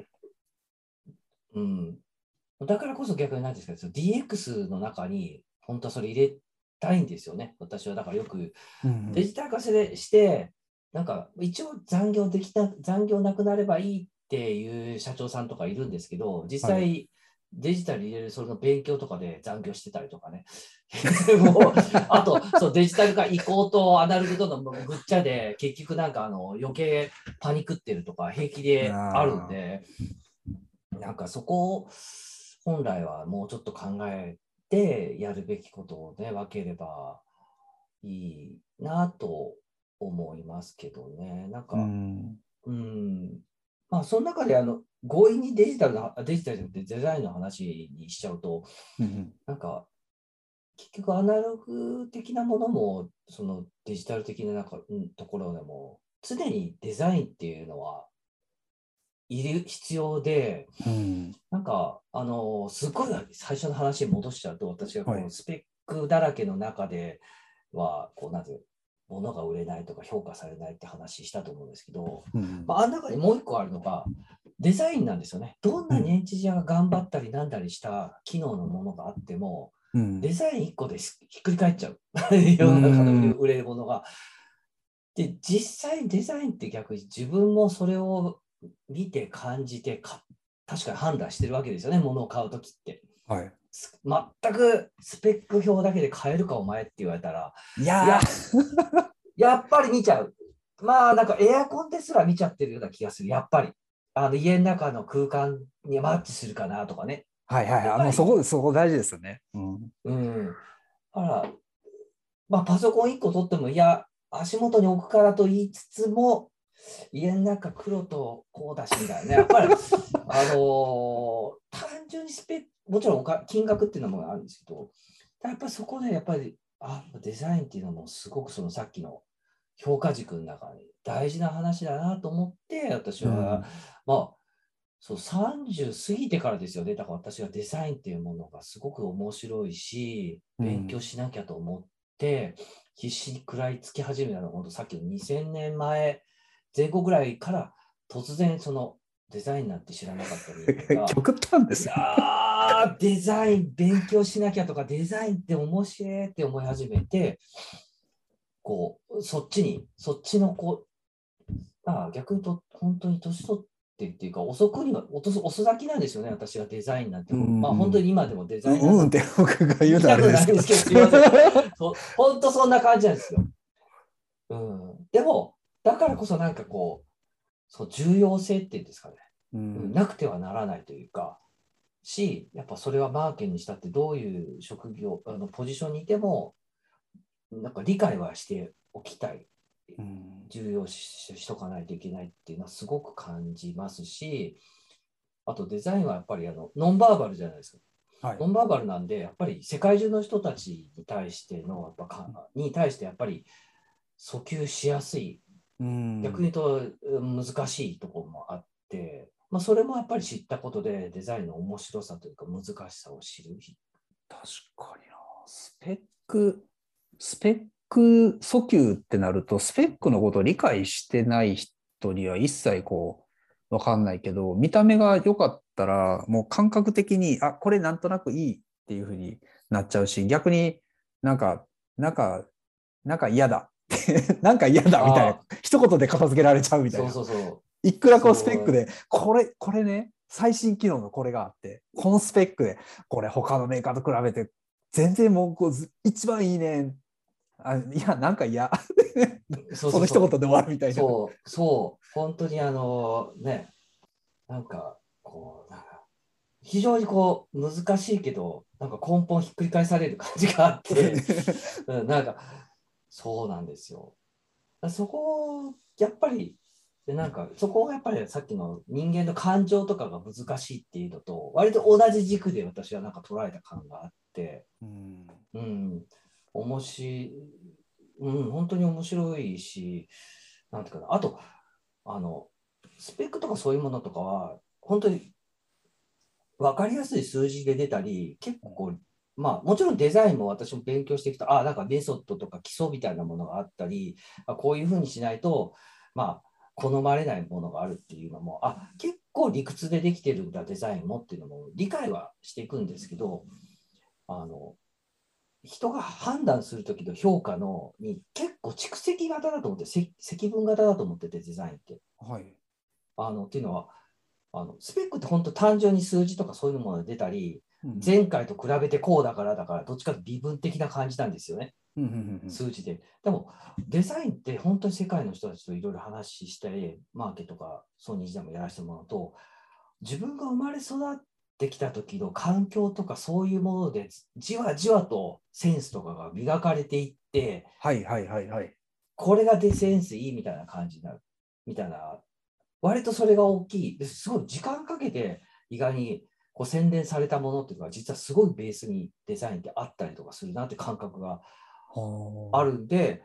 こうん、だからこそ逆に何ですか、その DX の中に本当はそれ入れたいんですよね。私はだからよくうん。 デジタル化して、なんか一応残業なくなればいいっていう社長さんとかいるんですけど、実はい。 際デジタル入れるその勉強とかで残業してたりとかね。もう、あと、そう、デジタル化移行とアナログとのぐっちゃで、結局なんか余計パニクってるとか平気であるんああ。 で、なんかそこを本来はもうちょっと考えてやるべきことをね、分ければいいなと思いますけどね。なんうか、 ん。 うん。まあ、その中で強引にデジタルじゃなくてデザインの話にしちゃうと、 うん。 なんか、結局アナログ的なものも、そのデジタル的なところでも、常にデザインっていうの必要で、 うん。 なんか、すごい最初の話に戻しちゃうと、私がはい。 こうスペックだらけの中では、こう、なんていう、物が売れないとか評価されないって話したと思うんですけど、 うん。 まあ、あの中にもう一個あるのが、デザインなんですよね。どんなにエうん。 ンジニアが頑張ったりなんだりした機能のものがあっても、 うん。 デザイン1個でひっくり返っちゃう。 う世の中のん。 売れるものが。で、実際デザインって逆に自分もそれを見て感じて確かに判断してるわけですよね、物を買うときって。 はい。 全くスペック表だけで買えるかお前って言われたら、 いやいや、やっぱり見ちゃう。まあ、なんかエアコンですら見ちゃってるような気がする。やっぱり。家の中の空間にマッチするかなとかね。 はいはいはい。 やっぱり、 そこ大事ですよね。うん。 うん。だから、まあ、パソコン1個取っても、いや、足元に置くからと言いつつも、家の中黒とこうだしみたいなね。やっぱり、単純にもちろん金額っていうのもあるんですけど、やっぱりそこでやっぱり、デザインっていうのもすごくそのさっきの評価軸の中に大事な話だなと思って、私は、 うん。 まあ、 そう30過ぎてからですよね。だから私がデザインっていうものがすごく面白いし、勉強しなきゃと思って、必死に食らいつき始めたのは、本当さっきの2000年前前後ぐらいから突然そのデザインなんて知らなかった人間が、 極端でいやすね。 デザイン勉強しなきゃとか、デザインって面白いって思い始めて、こう、そっちの逆に言うと、本当に年取ってっていうか、遅咲きなんですよね、私はデザインなんて。まあ、本当に今でもデザイナーなんてって僕が言うの言いたくはあれですけど。 ないんですけど、すみません。本当そんな感じなんですよ。でも、だからこそなんかこう、重要性っていうんですかね、なくてはならないというか、やっぱそれはマーケにしたってどういう職業、ポジションにいても、なんか理解はしておきたい。重要視しとかないといけないっていうのはすごく感じますし、あとデザインはやっぱりノンバーバルじゃないですか。 はい。 ノンバーバルなんで、やっぱり世界中の人たちに対してやっぱり訴求しやすい、逆に言うと難しいところもあって、まあ、それもやっぱり知ったことでデザインの面白さというか難しさを知る。 確かにな。スペック訴求ってなると、スペックのことを理解してない人には一切わかんないけど、見た目が良かったら、もう感覚的に、あ、これなんとなくいいっていうふうになっちゃうし、逆になんか、なんか、なんか嫌だ。なんか嫌だみたいな。 ああ、 一言で片付けられちゃうみたいそうな。 そうそいくらスペックで、これね、最新機能のこれがあって、このスペックで、これ他のメーカーと比べて、全然もう一番いいね。いや、なんか嫌。 う。そうその一言そうそう。 で終わるみたいな。 本当になんか、非常に難しいけど、なんか根本ひっくり返される感じがあって、なんか、そうなんですよ。そこ、やっぱり、そこがやっぱりさっきの人間の感情とかが難しいっていうのと、割と同じ軸で私はなんか捉えた感があって、 うん。 うん、面白い、本当に面白いし、なんていうかな、あと、あの、スペックとかそういうものとかは、本当に分かりやすい数字で出たり、結構まあ、もちろんデザインも私も勉強していくと、なんかメソッドとか基礎みたいなものがあったり、こういうふうにしないと、まあ、好まれないものがあるっていうのも、結構理屈でできてるんだ、デザインもっていうのも理解はしていくんですけど、あの、人が判断するときの評価に結構蓄積型だと思って、積分型だと思ってて、デザインって。 はい。 っていうのは、スペックって本当単純に数字とかそういうものが出たり、 うん。 前回と比べてこうだから、どっちかというと微分的な感じなんですよね、 うん。うん。 数字で。でも、デザインって本当に世界の人たちといろいろ話したり、マーケとかソニー時代もやらせてもらうと、自分が生まれ育ってきた時の環境とかそういうもので、じわじわとセンスとかが磨かれていって、 はいはいはいはい。 これがセンスいいみたいな感じになる。みたいな割とそれが大きい。すごい時間かけて意外に洗練されたものっていうのは実はすごいベースにデザインってあったりとかするなって感覚があはるんで、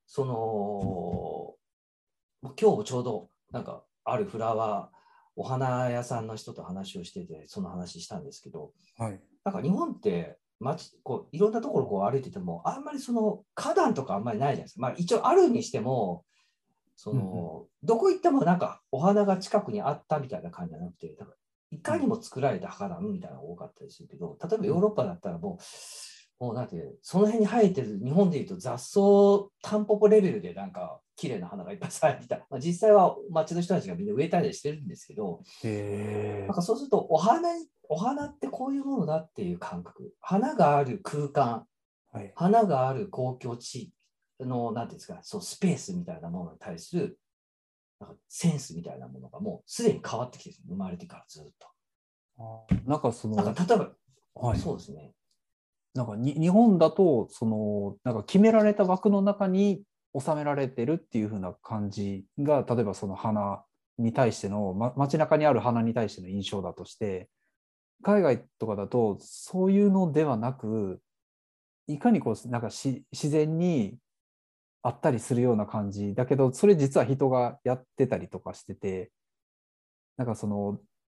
今日もちょうどなんかあるお花屋さんの人と話をしてて、その話したんですけど、 あ。はい。 なんか日本っていろんなところ歩いてても、あんまり花壇とかあんまりないじゃないですか。まあ一応あるにしても、 うん。 どこ行ってもなんかお花が近くにあったみたいな感じじゃなくて、いうん。 かにも作られた花壇みたいなのが多かったりするけど、例えばうん。 ヨーロッパだったらもうなんていう、その辺に生えてる、日本でいうと雑草、タンポポレベルでなんか綺麗な花がいっぱい咲いてた。まあ、実際は町の人たちがみんな植えたりしてるんですけど、なんへかそうするとお花ってこういうものだっていう感覚、花がある空間、 はい。 花がある公共地の、なんていうんですか、スペースみたいなものに対するなんかセンスみたいなものがもうすでに変わってきてる、生まれてからずっと。 なんか例えば、 はい。 そうですね。 なんか日本だと、なんか決められた枠の中に収められてるっていう風な感じが、例えばその花に対しての、街中にある花に対しての印象だとして、海外とかだとそういうのではなく、いかになんか自然にあったりするような感じだけど、それ実は人がやってたりとかしてて、なんか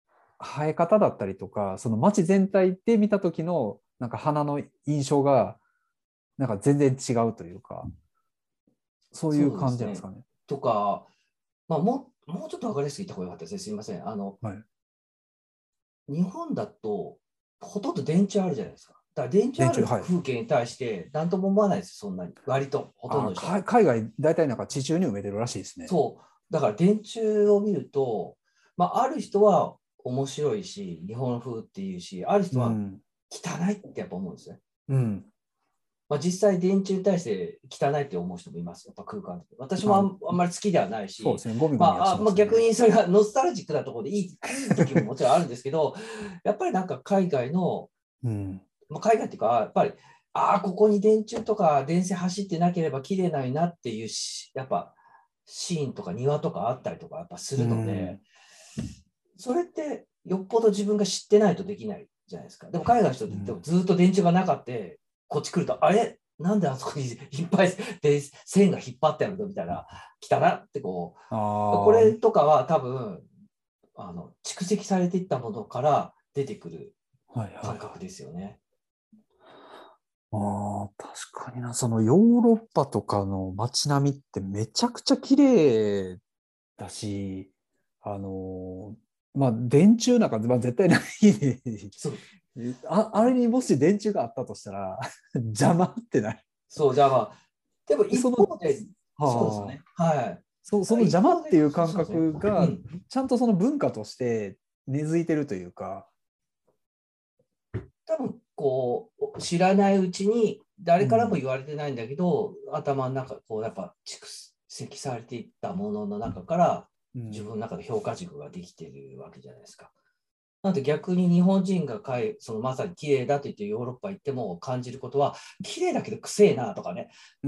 生え方だったりとか、その街全体で見た時のなんか花の印象がなんか全然違うというか、そういうそうですね。 感じなんですかね。 とか、まあ、もうちょっと分かりやすく言った方がよかったですね。すみません。 はい。 日本だと、ほとんど電柱あるじゃないですか。だから電柱ある電柱、はい。 風景に対して、何とも思わないです、そんなに。割と、ほとんどの人は。 海外、大体なんか地中に埋めてるらしいですね。 そう。だから電柱を見ると、まあ、ある人は面白いし、日本風っていうし、ある人はうん。 汚いってやっぱ思うんですね。 うん。 まあ、実際、電柱に対して汚いって思う人もいます。やっぱ空間で。私もあ、 あんまり好きではないし、 そうですね。ゴミゴミはまあ、まあ、 しますよね。 逆にそれがノスタルジックなところでいい時ももちろんあるんですけど、やっぱりなんか海外の、 うん。 まあ、海外っていうか、やっぱり、ああ、ここに電柱とか電線走ってなければ綺麗ないなっていうやっぱシーンとか庭とかあったりとかやっぱすうるので、 ん。 それってよっぽど自分が知ってないとできないじゃないですか。でも海外の人ってでもうん。 ずっと電柱がなかった、こっち来ると、あれなんであそこにいっぱいで線が引っ張ってあるのみたいな、来たなってこあう、こあ、 れとかは多分、蓄積されていったものから出てくるはいはいはい。 感覚ですよね。 ああ、確かにな。そのヨーロッパとかの街並みってめちゃくちゃ綺麗だし、まあ、電柱なんか、まあ、絶対ないそう、 あれにもし電柱があったとしたら邪魔ってない。 そうじゃあまあ、でもで、 一方で、そうですよね。はそのい。一方で、 邪魔っていう感そうですね。 覚がうん。 ちゃんとその文化として根付いてるというか、 多分こう知らないうちに誰からもうん、 言われてないんだけど、頭の中こうやっぱ蓄積されていったものの中から自分うん、 の中で評価軸ができてるわけじゃないですか。なんで逆に日本人がそのまさに綺麗だと言ってヨーロッパ行っても感じることは、綺麗だけどくせえなとかね、 うん、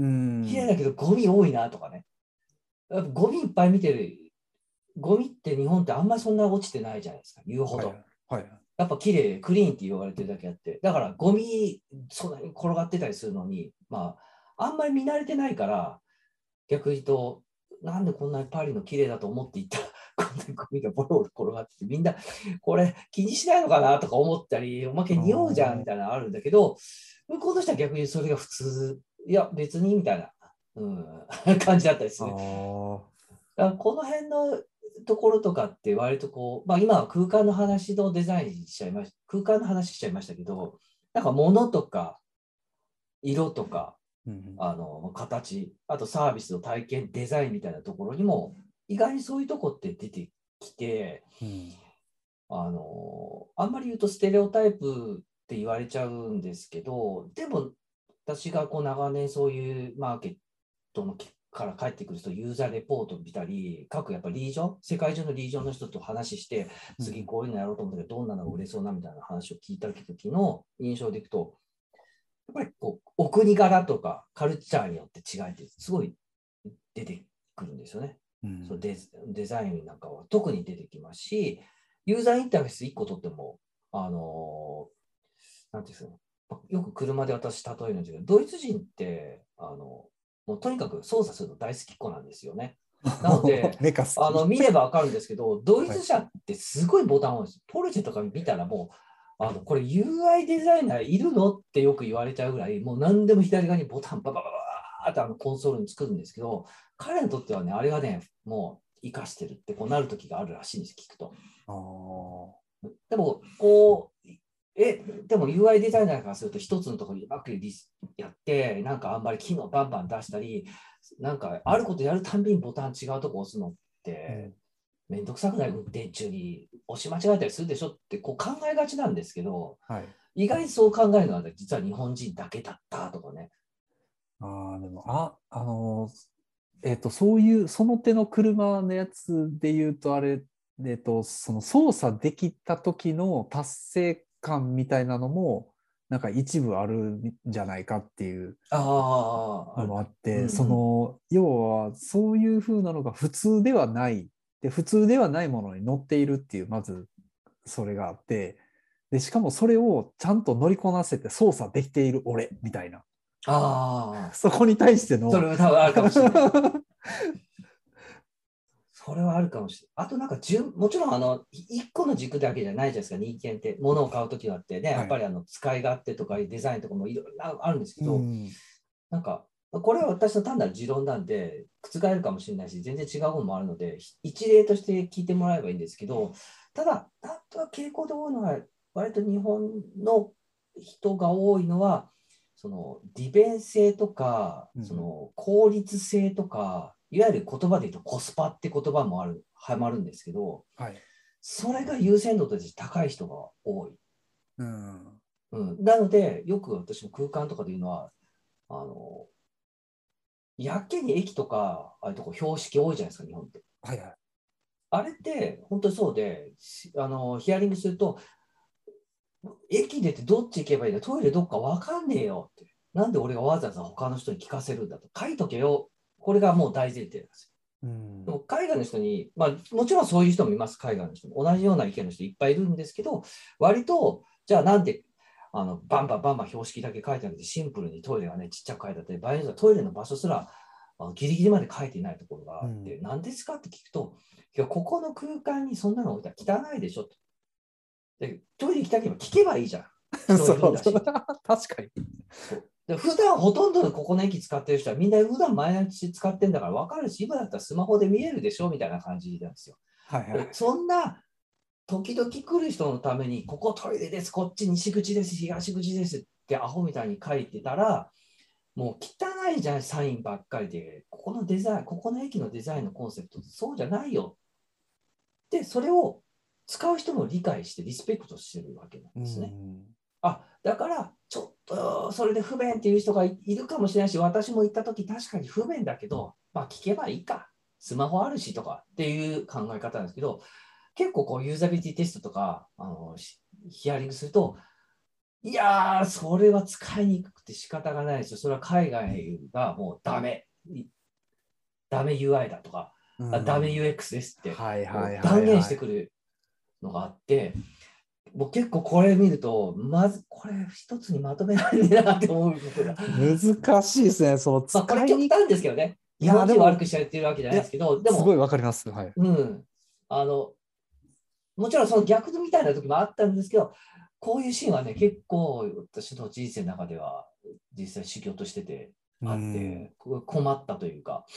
綺麗だけどゴミ多いなとかね、やっぱゴミいっぱい見てる、ゴミって日本ってあんまりそんな落ちてないじゃないですか、言うほはい、 ど。 はい。 やっぱ綺麗、クリーンって言われてるだけあって、だからゴミそんなに転がってたりするのに、まあ、あんまり見慣れてないから、逆に言うと、なんでこんなにパリの綺麗だと思っていったこんなにゴミがボロボロ転がってて、みんなこれ気にしないのかなとか思ったり、おまけあ匂うじゃんみーたいなのあるんだけど、向こうの人は逆にそれが普通、いや、別にみたいな、感じだったりすある。 ー、 だからこの辺のところとかって割とこう、まあ、今は空間の話のデザインしちゃいました、空間の話しちゃいましたけど、なんか物とか色とか、 うん、 形、あとサービスの体験、デザインみたいなところにも、意外にそういうとこって出てきて、 うん、 あんまり言うとステレオタイプって言われちゃうんですけど、でも私がこう長年そういうマーケットのから帰ってくる人、ユーザーレポートを見たり、各やっぱリージョン、世界中のリージョンの人と話して、 うん、 次こういうのやろうと思ったけど、どんなのが売れそうなみたいな話を聞いた時の印象でいくと、やっぱりこうお国柄とかカルチャーによって違いってすごい出てくるんですよね。 うん、 そのデザインなんかは特に出てきますし、ユーザーインターフェース1個とっても、なんていうんですかね、よく車で私例えるんですけど、ドイツ人って、もうとにかく操作するの大好きっ子なんですよね。なので、 メカ好き。 見ればわかるんですけど、ドイはい。 ツ車ってすごいボタン多いです。ポルシェとか見たらもう、これ UI デザイナーいるのってよく言われちゃうぐらい、もう何でも左側にボタンババババーってコンソールに作るんですけど、彼にとってはね、あれがね、もう生かしてるってこうなる時があるらしいんです、聞くと。 ああ、 でも、こう、でも UI デザイナーからすると、一つのところにうまくやって、なんかあんまり機能バンバン出したり、なんかあることやるたんびにボタン違うとこ押すのって、 うん、 めんどくさくない運転中に押し間違えたりするでしょってこう考えがちなんですけど、 はい。 意外にそう考えるのは実は日本人だけだったとかね。 ああ、でも、そういう、その手の車のやつで言うと、あれ、その操作できた時の達成感みたいなのも、なんか一部あるんじゃないかっていうのもあっうて、 ん要は、そういう風なのが普通ではない。で、普通ではないものに乗っているっていう、まず、それがあって、で、しかもそれをちゃんと乗りこなせて操作できている俺、みたいな。 ああ、 そこに対してのそれは多分あるかもしれない。 それはあるかもしれない。あとなんかもちろん一個の軸だけじゃないじゃないですか、人間って。物を買うときはあってね、やっぱり使い勝手とかデザインとかもいろいろあるんですけど、なんか、これは私の単なる持論なんで、覆るかもしれないし、全然違うものもあるので、一例として聞いてもらえばいいんですけど、ただ、なんとは傾向で多いのは、割と日本の人が多いのは、その利便性とか、その効率性とか、いわゆる言葉で言うとコスパって言葉もはまるんですけど、 はい。 それが優先度として高い人が多い。 うん。 なので、よく私も空間とかで言うのは、あの、やけに駅とか、ああいうとこ標識多いじゃないですか、日本って。 はいはい。 あれって本当にそうで、ヒアリングすると、駅出てどっち行けばいいんだ、トイレどっか分かんねえよって。なんで俺がわざわざ他の人に聞かせるんだと。書いとけよ。これがもう大前提なんですよ。でも海外の人に、まあ、もちろんそういう人もいます、海外の人も。同じような意見の人いっぱいいるんですけど、割と、じゃあなんでバンバンバンバン標識だけ書いてあるてシンプルにトイレがね、ちっちゃく書いてあって、場合によってはトイレの場所すらギリギリまで書いていないところがあって、何ですかって聞くと、いや、ここの空間にそんなの置いたら汚いでしょと。で、トイレ行きたければ聞けばいいじゃん。人いるんだし。 確かに。 で普段ほとんどのここの駅使ってる人はみんな普段毎日使ってんだから分かるし、今だったらスマホで見えるでしょみたいな感じなんですよ。 はいはい。 そんな時々来る人のために、ここトイレです、こっち西口です、東口ですってアホみたいに書いてたら、もう汚いじゃん、サインばっかりで、ここのデザイン、ここの駅のデザインのコンセプト、そうじゃないよ。で、それを使う人も理解してリスペクトしてるわけなんですね。だから、ちょっとそれで不便っていう人がいるかもしれないし、私も行ったとき確かに不便だけど、まあ聞けばいいか。スマホあるしとかっていう考え方なんですけど、結構こうユーザビリティテストとかヒアリングすると、いやー、それは使いにくくて仕方がないですよ。それは海外がもうダメ。ダメ UI だとか、ダメ UX ですって、もう断言してくるのがあって、もう結構これ見ると、まずこれ一つにまとめられねえなって思うことが。 難しいですね。そのまあこれ極端ですけどね。日本人悪くしちゃってるわけじゃないですけど、でも、 すごいわかります。はい。 もちろんその逆みたいな時もあったんですけど、こういうシーンはね、結構私の人生の中では実際修行としててあって、困ったというか。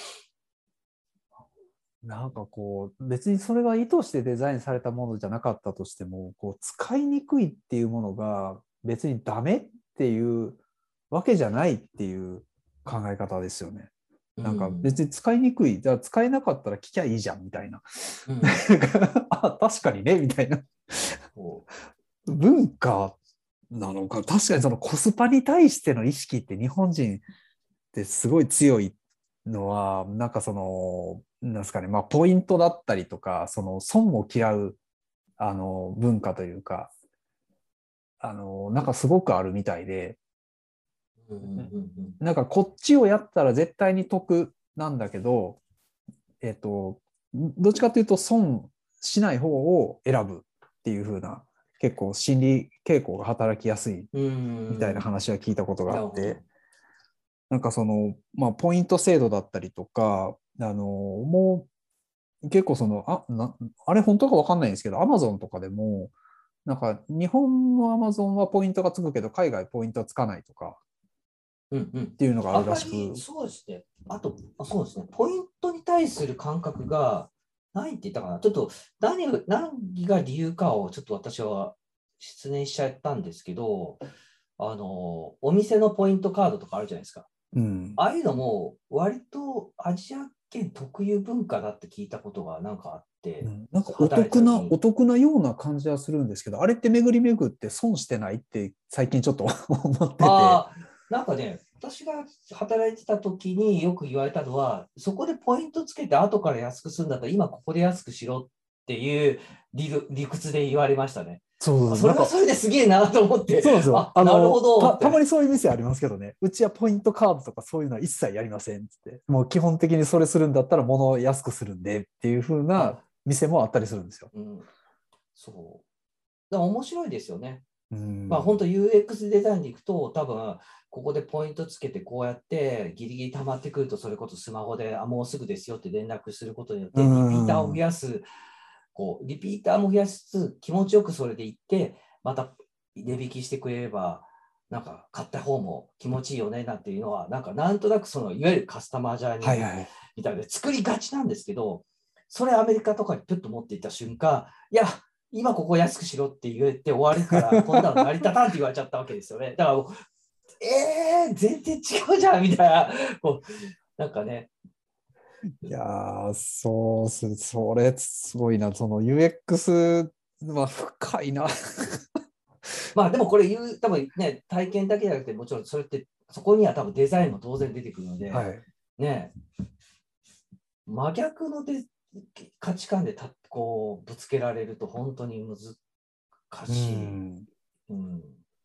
なんかこう、別にそれが意図してデザインされたものじゃなかったとしても、こう使いにくいっていうものが別にダメっていうわけじゃないっていう考え方ですよね。なんか別に使いにくい、じゃあ使えなかったら聞きゃいいじゃんみたいな。あ、確かにね、みたいな。文化なのか。確かにそのコスパに対しての意識って日本人ってすごい強いのは、なんかその、なんですかね、まあポイントだったりとか、その損を嫌う、文化というか、なんかすごくあるみたいで、なんかこっちをやったら絶対に得なんだけど、どっちかというと損しない方を選ぶっていう風な、結構心理傾向が働きやすいみたいな話は聞いたことがあって、なんかその、まあ、ポイント制度だったりとか、もう結構その、あれ本当かわかんないんですけど、アマゾンとかでも、なんか日本のアマゾンはポイントがつくけど、海外ポイントはつかないとか、っていうのがあるらしく。 そうですね。あと、そうですね。ポイントに対する感覚がないって言ったかな。ちょっと何が理由かをちょっと私は失念しちゃったんですけど、お店のポイントカードとかあるじゃないですか。ああいうのも割とアジア圏特有文化だって聞いたことがなんかあって、 なんかお得なような感じはするんですけど、あれって巡り巡って損してないって最近ちょっと思ってて。 なんかね、私が働いてた時によく言われたのは、そこでポイントつけて後から安くするんだったら今ここで安くしろっていう理屈で言われましたね。それはそれですげえなと思って。 そうなんですよ。 なるほど。 たまにそういう店ありますけどね。うちはポイントカードとかそういうのは一切やりませんって。もう基本的にそれするんだったら物を安くするんでっていう風な店もあったりするんですよ。 そう。だから面白いですよね。 うんまあ本当 UX デザインでいくと、多分ここでポイントつけてこうやってギリギリ溜まってくると、それこそスマホでもうすぐですよって連絡することによっうてリピーターを増んやす、リピーターも増やしつつ気持ちよくそれでいって、また値引きしてくれれば、なんか買った方も気持ちいいよねなんていうのは、なんとなくそのいわゆるカスタマージャーニーはいはい。 みたいな作りがちなんですけど、それアメリカとかにプッと持っていった瞬間、いや、今ここ安くしろって言って終わるから、こんなの成り立たんって言われちゃったわけですよね。だからもう、全然違うじゃんみたいな、なんかね。 いやー、そうす、それすごいな。その UX は深いな。 まあでもこれ多分ね、体験だけじゃなくて、もちろんそれって、そこには多分デザインも当然出てくるので、 はい。 ね、真逆の価値観でぶつけられると本当に難うしい。 ん。 うん、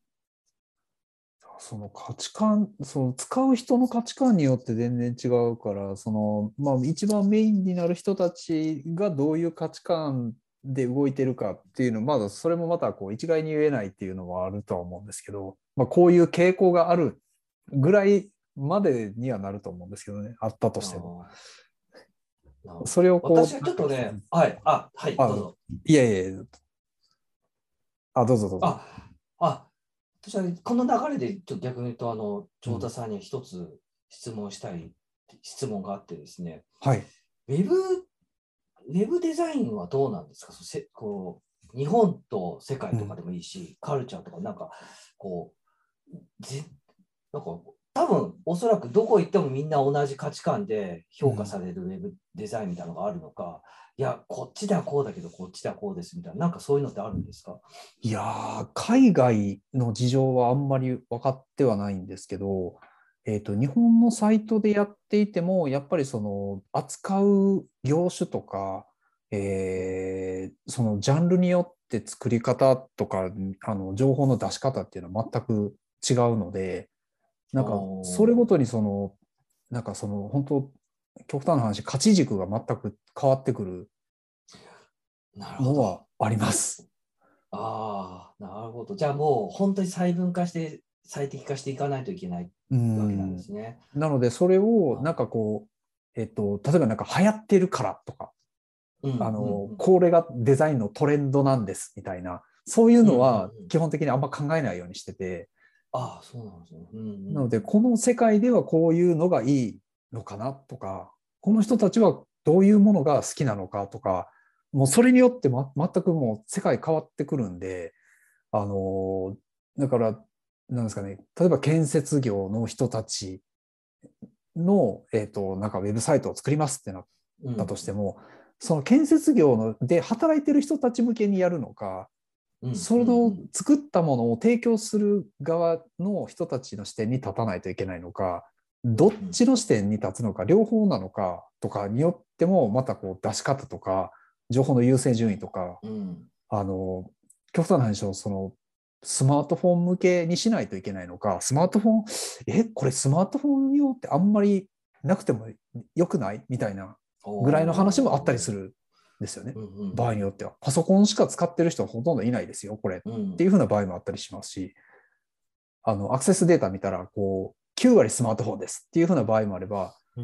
その価値観、その使う人の価値観によって全然違うから、その、まあ一番メインになる人たちがどういう価値観で動いてるかっていうの、まだそれもまたこう一概に言えないっていうのはあるとは思うんですけど、まあこういう傾向があるぐらいまでにはなると思うんですけどね、あったとしても。 あなるほど。 それをこう、 私はちょなんか、 っとね、はい、はい、どうあ、 ぞ。 いやいやいや、どうぞどうぞ。 あ、私はこの流れでちょっと逆に言うと、 うん。 長田さんに一つ質問したい質問があってですね、 はい。 ウェブ、ウェブデザインはどうなんですか？日本と世うん。 界とかでもいいし、カルチャーとか、こう、なんか、多分、おそらくどこ行ってもみんな同じ価値観で評価うん。 されるウェブデザインみたいなのがあるのか、いや、こっちではこうだけど、こっちではこうですみたいな、なんかそういうのってあるんですか？ いやー、海外の事情はあんまり分かってはないんですけど、日本のサイトでやっていても、やっぱりその扱う業種とか、そのジャンルによって作り方とか、情報の出し方っていうのは全く違うので、なんか、それおー、 ごとにその、なんかその、本当、極端な話、価値軸が全く変わってくるなるほのはど。 あります。 ああ、なるほど。じゃあもう本当に細分化して最適化していかないといけないうわけなんでん。 すね。 なので、それを、なんあかこう、例えばなんか流行ってるからとか、 うんうんこれがデザインのトレンドなんですみたいな、そういううん。うんうんうのはん。 基本的にあんま考えないようにしてて、 ああ、そうなんですね。うんうんなので、 うん。 この世界ではこういうのがいいのかなとか、この人たちはどういうものが好きなのかとか、もうそれによって、全くもう世界変わってくるんで、あの、だから、なんですかね、例えば建設業の人たちの、なんかウェブサイトを作りますってなったとしても、その建設業ので働いてる人たち向けにやるのか、 うんそのうんうん。 作ったものを提供する側の人たちの視点に立たないといけないのか、どっうんちの視点に立つのか、両方なのかとかによっても、またこう出し方とか、情報の優先順位とか、 うん。 あの、極端な話をその、スマートフォン向けにしないといけないのか、スマートフォン、これスマートフォン用ってあんまりなくても良くないみたいなぐらいの話もあったりすおー。 るんですよね。 うんうん場合によっては。パソコンしか使ってる人はほとんどいないですよ、これ。っうん。うん。 ていう風な場合もあったりしますし、アクセスデータ見たら、こう、9割スマートフォンですっていう風な場合もあれば、 うん。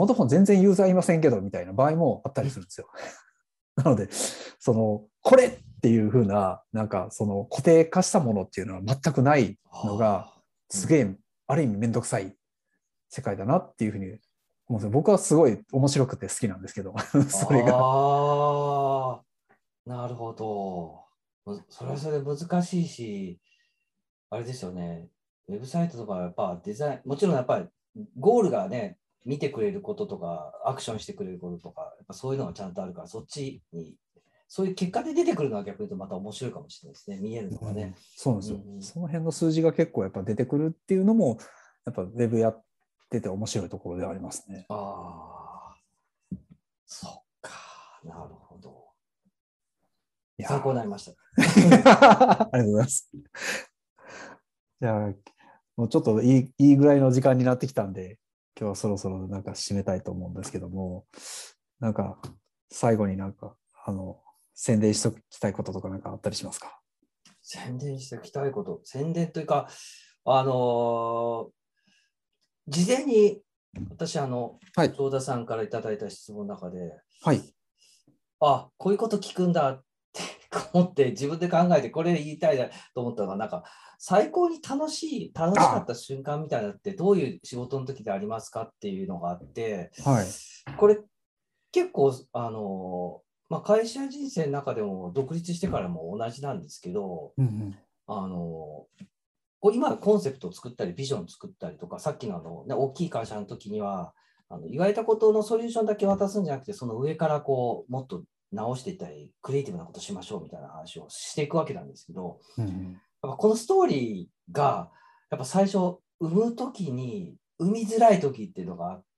スマートフォン全然ユーザーいませんけど、みたいな場合もあったりするんですよ。なので、これっていう風な、なんか、その固定化したものっていうのは全くないのが、 ああ。うん。 すげえ、ある意味めんどくさい世界だなっていうふうに思うんですよ。僕はすごい面白くて好きなんですけど、それが。 ああ。なるほど。それはそれで難しいし、あれですよね。ウェブサイトとかはやっぱデザイン、もちろんやっぱりゴールがね、見てくれることとか、アクションしてくれることとか、やっぱそういうのがちゃんとあるから、そっちに、そういう結果で出てくるのは逆に言うとまた面白いかもしれないですね。見えるのがね。 うん、そうなんでうんうすよ。 ん、 その辺の数字が結構やっぱ出てくるっていうのも、やっぱウェブやってて面白いところではありますね。 ああ、そっか。なるほど。 いや参考になりました。 ありがとうございます。じゃあ、もうちょっといいぐらいの時間になってきたんで、今日はそろそろなんか締めたいと思うんですけども、なんか最後になんか、宣伝しときたいこととかなんかあったりしますか？ 宣伝しておきたいこと、宣伝というか、あのー事前に私、 はい。 長田さんからいただいた質問の中で、 はい。 あ、こういうこと聞くんだって思って自分で考えてこれ言いたいなと思ったのが、なんか最高に楽しかっあ、 た瞬間みたいなのってどういう仕事の時でありますかっていうのがあって、 はい。 これ結構、会社人生の中でも独立してからも同じなんですけど、 うんうん。 あの、こう今コンセプトを作ったり、ビジョンを作ったりとか、さっきのね、大きい会社の時には、言われたことのソリューションだけ渡すんじゃなくて、その上からこう、もっと直していったり、クリエイティブなことしましょうみたいな話をしていくわけなんですけど、 うんうん。 やっぱこのストーリーが、やっぱ最初、生む時に、生みづらい時っていうのがあって、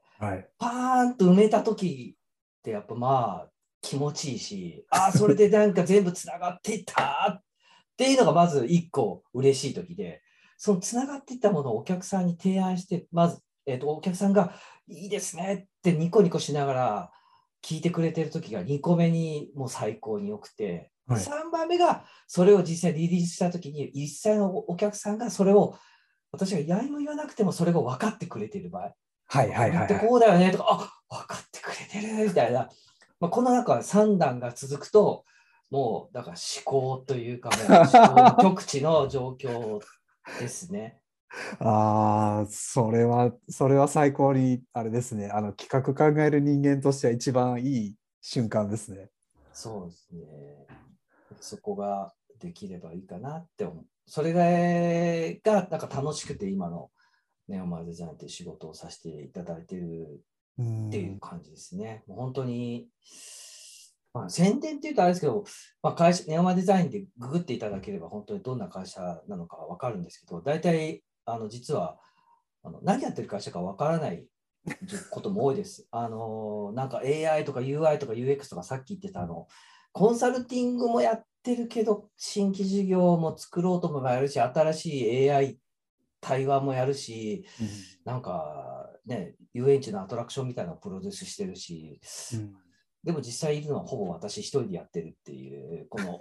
はい。 パーンと埋めた時ってやっぱまあ気持ちいいし、ああ、それでなんか全部つながっていったっていうのがまず一個嬉しい時で、そのつながっていったものをお客さんに提案して、まず、お客さんがいいですねってニコニコしながら聞いてくれてる時が2個目にもう最高に良くて、ではい。 3番目がそれを実際リリースした時に実際のお客さんがそれを私がやりも言わなくてもそれが分かってくれている場合、 はいはいこれってはいはい。 こうだよねとか、あ、分かってくれてるみたいな、この中3段が続くと、もうだから思考というか、もう思考の極致の状況ですね。 ああ、それは最高に、あれですね。企画考える人間としては一番いい瞬間ですね。 そうですね。そこができればいいかなって思う。それがなんか楽しくて今のネオマデザインという仕事をさせていただいているうっていうん。 感じですね。もう本当に、宣伝っていうとあれですけど、会社、ネオマデザインでググっていただければ本当にどんな会社なのかわかるんですけど、大体、実は、何やってる会社かわからないことも多いです。なんか AI とか UI とか UX とかさっき言ってたコンサルティングもやってるけど、新規事業も作ろうともやるし、新しい AI 対話もやるし、 うん。 なんかね、遊園地のアトラクションみたいなのをプロデュースしてるし、 うん。 でも実際いるのはほぼ私一人でやってるっていう、この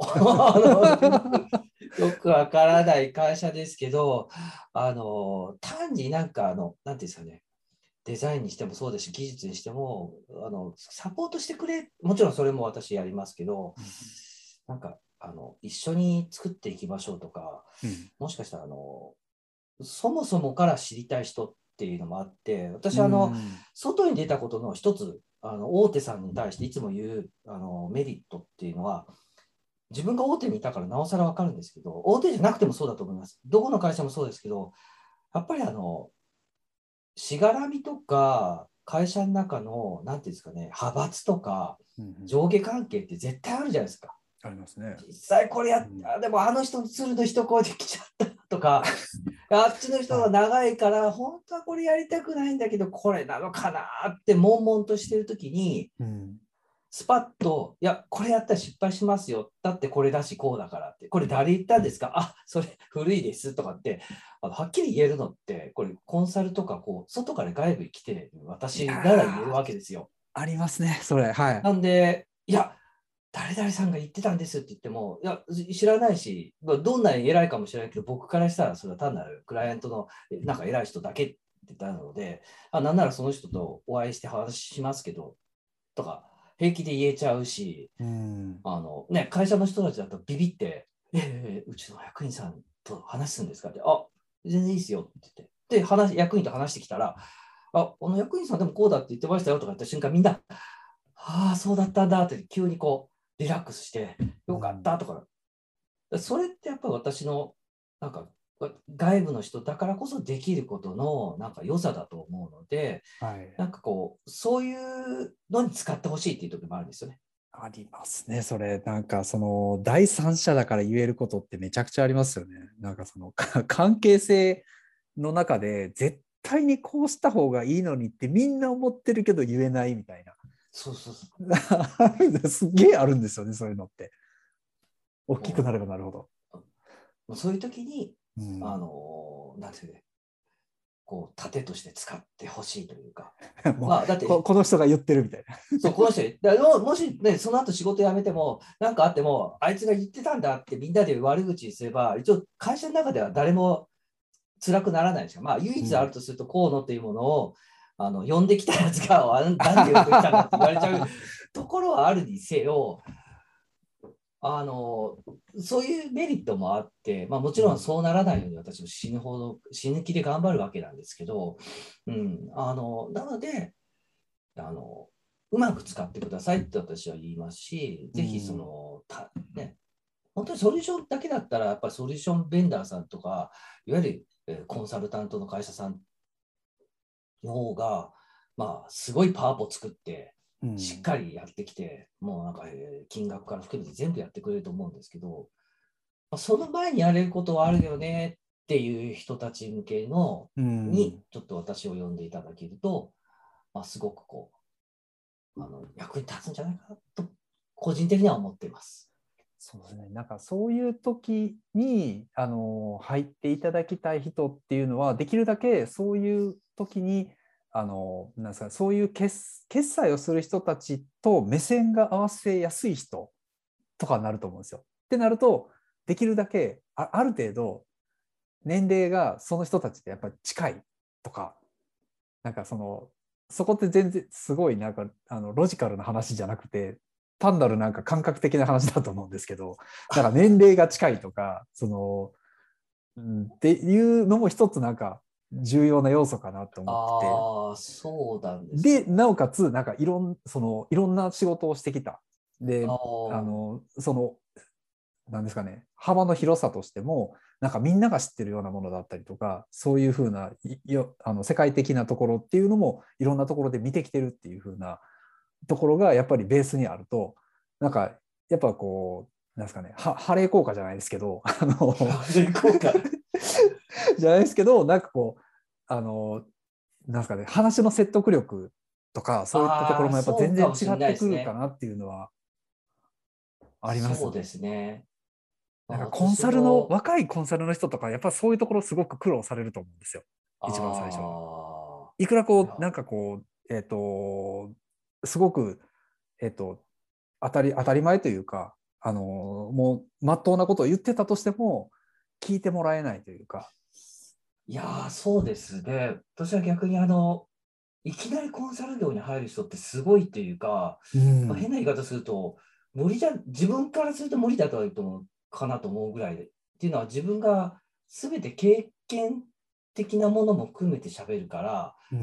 よくわからない会社ですけど、単になんかなんていうんですかね、デザインにしてもそうですし、技術にしても、サポートしてくれ、もちろんそれも私やりますけど、 うん。 なんか、一緒に作っていきましょうとか、 うん。 もしかしたら、そもそもから知りたい人っていうのもあって、私うん。 外に出たことの一つ、大手さんに対していつも言うメリットっていうのは、自分が大手にいたからなおさら分かるんですけど、大手じゃなくてもそうだと思います。どこの会社もそうですけど、やっぱりしがらみとか、会社の中の、なんていうんですかね、派閥とか、 うん。 上下関係って絶対あるじゃないですか。 ありますね。 実際これやっうん。 た、でもあの人の鶴の一声で来ちゃったとか、あっちの人ははい。 長いから、本当はこれやりたくないんだけど、これなのかなって悶々としてるときに、 うん。 スパッと、いや、これやったら失敗しますよ。だってこれだし、こうだからって。これ誰言ったんですか？あ、それ古いですとかって、はっきり言えるのって、これコンサルとか、こう、外から外部に来てるいや私なら言えるー、 わけですよ。 ありますね、それ。はい。 なんで、いや、誰々さんが言ってたんですって言っても、いや、知らないし、どんなに偉いかもしれないけど、僕からしたらそれは単なるクライアントのなんか偉い人だけって言ったので、なんならその人とお会いして話しますけど、とか、平気で言えちゃうし、 うん。 会社の人たちだとビビって、うちの役員さんと話すんですかって、あ、全然いいですよって言って。で、役員と話してきたら、役員さんでもこうだって言ってましたよとか言った瞬間、みんな、ああ、そうだったんだって急にこう、リラックスして、よかっうん。 たとか、それってやっぱり私の、なんか、外部の人だからこそできることのなんか良さだと思うので、 はい。 なんかこう、そういうのに使ってほしいっていう時もあるんですよね。 ありますね、それ。なんか、第三者だから言えることってめちゃくちゃありますよね。なんか、関係性の中で、絶対にこうした方がいいのにってみんな思ってるけど言えないみたいな。 そうそうそすっげえあるんですよね、そういうのって。大う。 きくなればなるほど。 そういう時に、 うん。 なんていうね、 こう盾として使ってほしいというか、 もうまあ、だってこの人が言ってるみたいな。 そうこの人だからもし、ね、その後仕事辞めても何かあってもあいつが言ってたんだってみんなで悪口にすれば一応会社の中では誰も辛くならないですよ。まあ唯一あるとすると河野というものを呼んできたやつがなんで呼んできたんだって言われちゃうところはあるにせよ、そういうメリットもあって、まあ、もちろんそうならないように私も死ぬほど死ぬ気で頑張るわけなんですけど、なのでうまく使ってくださいって私は言いますし、ぜひ本当にソリューションだけだったら、やっぱりソリューションベンダーさんとか、いわゆるコンサルタントの会社さんの方が、まあ、すごいパワポを作って、しっかりやってきて、もうなんか、金額から含めて全部やってくれると思うんですけど、その前にやれることはあるよねっていう人たち向けのに、ちょっと私を呼んでいただけると、すごくこう、役に立つんじゃないかなと、個人的には思っています。 そうですね。なんかそういう時に入っていただきたい人っていうのは、できるだけそういう時になんですか、そういう決済をする人たちと目線が合わせやすい人とかになると思うんですよ。ってなると、できるだけある程度年齢がその人たちでやっぱり近いとか、なんかそこって全然すごいなんかロジカルな話じゃなくて、単なるなんか感覚的な話だと思うんですけど、なんか年齢が近いとか、っていうのも一つなんか重要な要素かなと思ってて。 ああ、そうなんですで、 ね。 なおかつ、なんかいろんな仕事をしてきた。で、 あなんですかね、幅の広さとしても、なんかみんなが知ってるようなものだったりとか、そういうふうな世界的なところっていうのもいろんなところで見てきてるっていうふうなところがやっぱりベースにあると、なんかやっぱこう、なんですかね、ハレー効果じゃないですけど、 効果じゃないですけど、なんかこう、なんですかね、話の説得力とか、そういったところもやっぱそう全然かもしれない違ってくるかですね。 なっていうのはありますそうでね。 すね。 なんか私も、 若いコンサルの人とか、やっぱそういうところすごく苦労されると思うんですよ。一番最初は。 ああ、 いくらいや、 こう、なんかこう、すごく、当たり前というか、もう、まっとうなことを言ってたとしても、聞いてもらえないというか。 そうですね。私は逆にいきなりコンサル業に入る人ってすごいっていうか、 うん。 変な言い方すると、自分からすると無理だと思うかなと思うぐらいで。っていうのは自分が全て経験的なものも含めて喋るから、 うん。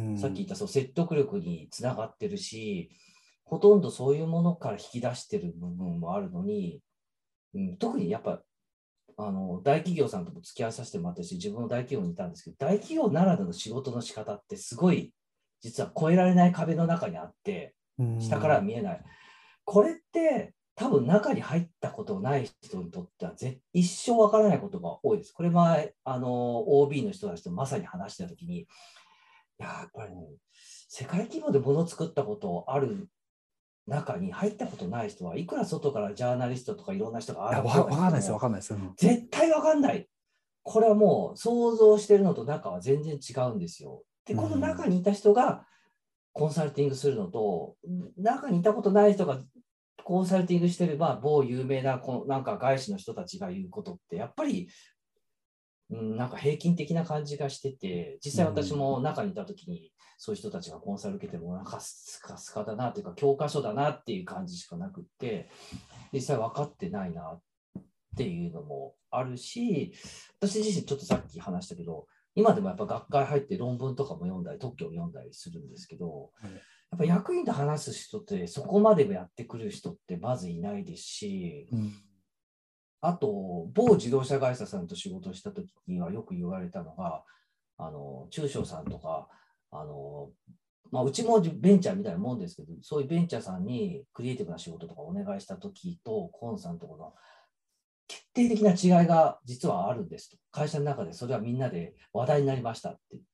さっき言ったそう説得力につながってるし、ほとんどそういうものから引き出してる部分もあるのに、特にやっぱ大企業さんとも付き合わさせてもらったし、自分の大企業にいたんですけど、大企業ならではの仕事の仕方ってすごい、実は越えられない壁の中にあって、 う下からはん。 見えない。これって多分中に入ったことない人にとっては一生わからないことが多いです。これ前、OB の人たちとまさに話したときに、やっぱりね、世界規模でもの作ったことある中に入ったことない人はいくら外からジャーナリストとかいろんな人があいや、 あだこうわかんないですよ、わだ言っても、 かんないです。うん。 絶対わかんない。これはもう想像してるのと中は全然違うんですよ。で、 うこの中ん。 にいた人がコンサルティングするのと、中にいたことない人がコンサルティングしてれば、某有名ななんか外資の人たちが言うことって、やっぱり、なんか平均的な感じがしてて、実際私も中にいた時に、そういう人たちがコンサル受けても、なんかスカスカだなというか、教科書だなっていう感じしかなくって、実際分かってないなっていうのもあるし、私自身ちょっとさっき話したけど、今でもやっぱ学会入って論文とかも読んだり、特許を読んだりするんですけど、やっぱ役員と話す人ってそこまでやってくる人ってまずいないですし、 うん。 あと、某自動車会社さんと仕事をした時にはよく言われたのが、中小さんとか、うちもベンチャーみたいなもんですけど、そういうベンチャーさんにクリエイティブな仕事とかお願いした時と、コンさんとこの決定的な違いが実はあるんですと。会社の中でそれはみんなで話題になりましたって言って、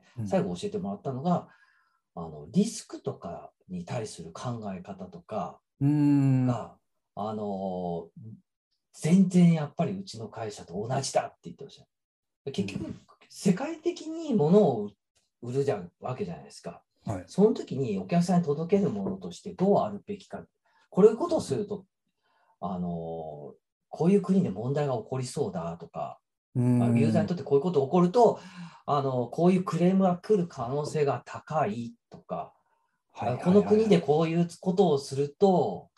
最後教えてもらったのが、リスクとかに対する考え方とかうん。 が、あの、全然やっぱりうちの会社と同じだって言ってました。結局、世界的に物を売っ売るわけじゃないですか。 はい。 その時にお客さんに届けるものとしてどうあるべきか。こういうことをすると、こういう国で問題が起こりそうだとか、 うーユーザーにん。 とってこういうことが起こると、こういうクレームが来る可能性が高いとか、 はいこの国はいはいはい。 でこういうことをすると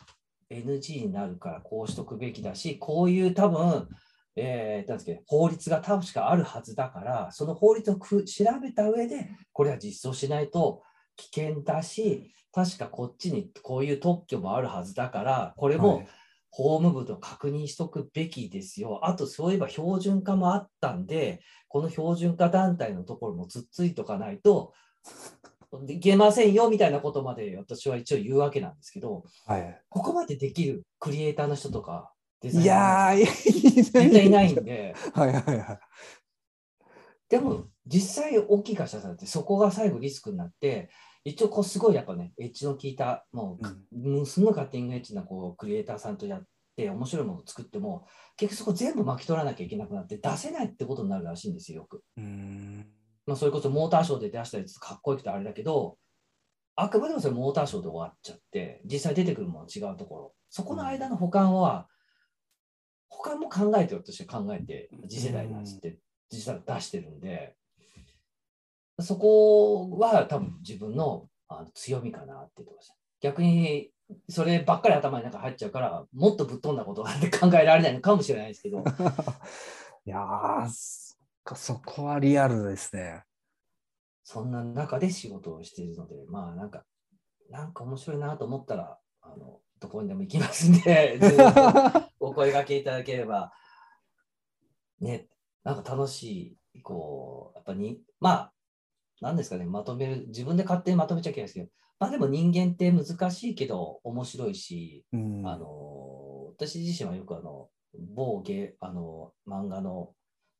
NG になるからこうしとくべきだし、こういう多分、なんですけど、法律が確かあるはずだから、その法律を調べた上で、これは実装しないと危険だし、確かこっちにこういう特許もあるはずだから、これもはい。 法務部と確認しとくべきですよ。あと、そういえば標準化もあったんで、この標準化団体のところもつっついとかないといけませんよみたいなことまで私は一応言うわけなんですけど、 はい。 ここまでできるクリエイターの人とかデザいイナーの人やー、 とかいない絶対いないでしょ。 んで、 はいはいはい。 でも実際大きい会社さんってそこが最後リスクになって、一応こうすごいやっぱね、エッジの効いた、 うん。 もうすごいカッティングエッジなこうクリエイターさんとやって面白いものを作っても、結局そこ全部巻き取らなきゃいけなくなって出せないってことになるらしいんですよ、よく。 うーん。 それこそモーターショーで出したやつかっこよくてあれだけど、あくまでもそれモーターショーで終わっちゃって、実際出てくるもの違うところ、そこの間の保管は、保管も考えてるとして考えて、次世代なんつって実際出してるんで、そこは多分自分の強みかなっていうところです。逆に、そればっかり頭に中入っちゃうから、もっとぶっ飛んだことが考えられないのかもしれないですけど、 いやー、そこはリアルですね。 そんな中で仕事をしているので、まあなんか面白いなと思ったら、どこにでも行きますんで、ずっとお声掛けいただければ、ね、なんか楽しい、こう、やっぱに、まあ、なんですかね、まとめる、自分で勝手にまとめちゃいけないですけど、まあでも人間って難しいけど面白いし、 うん。 私自身はよく某漫画の、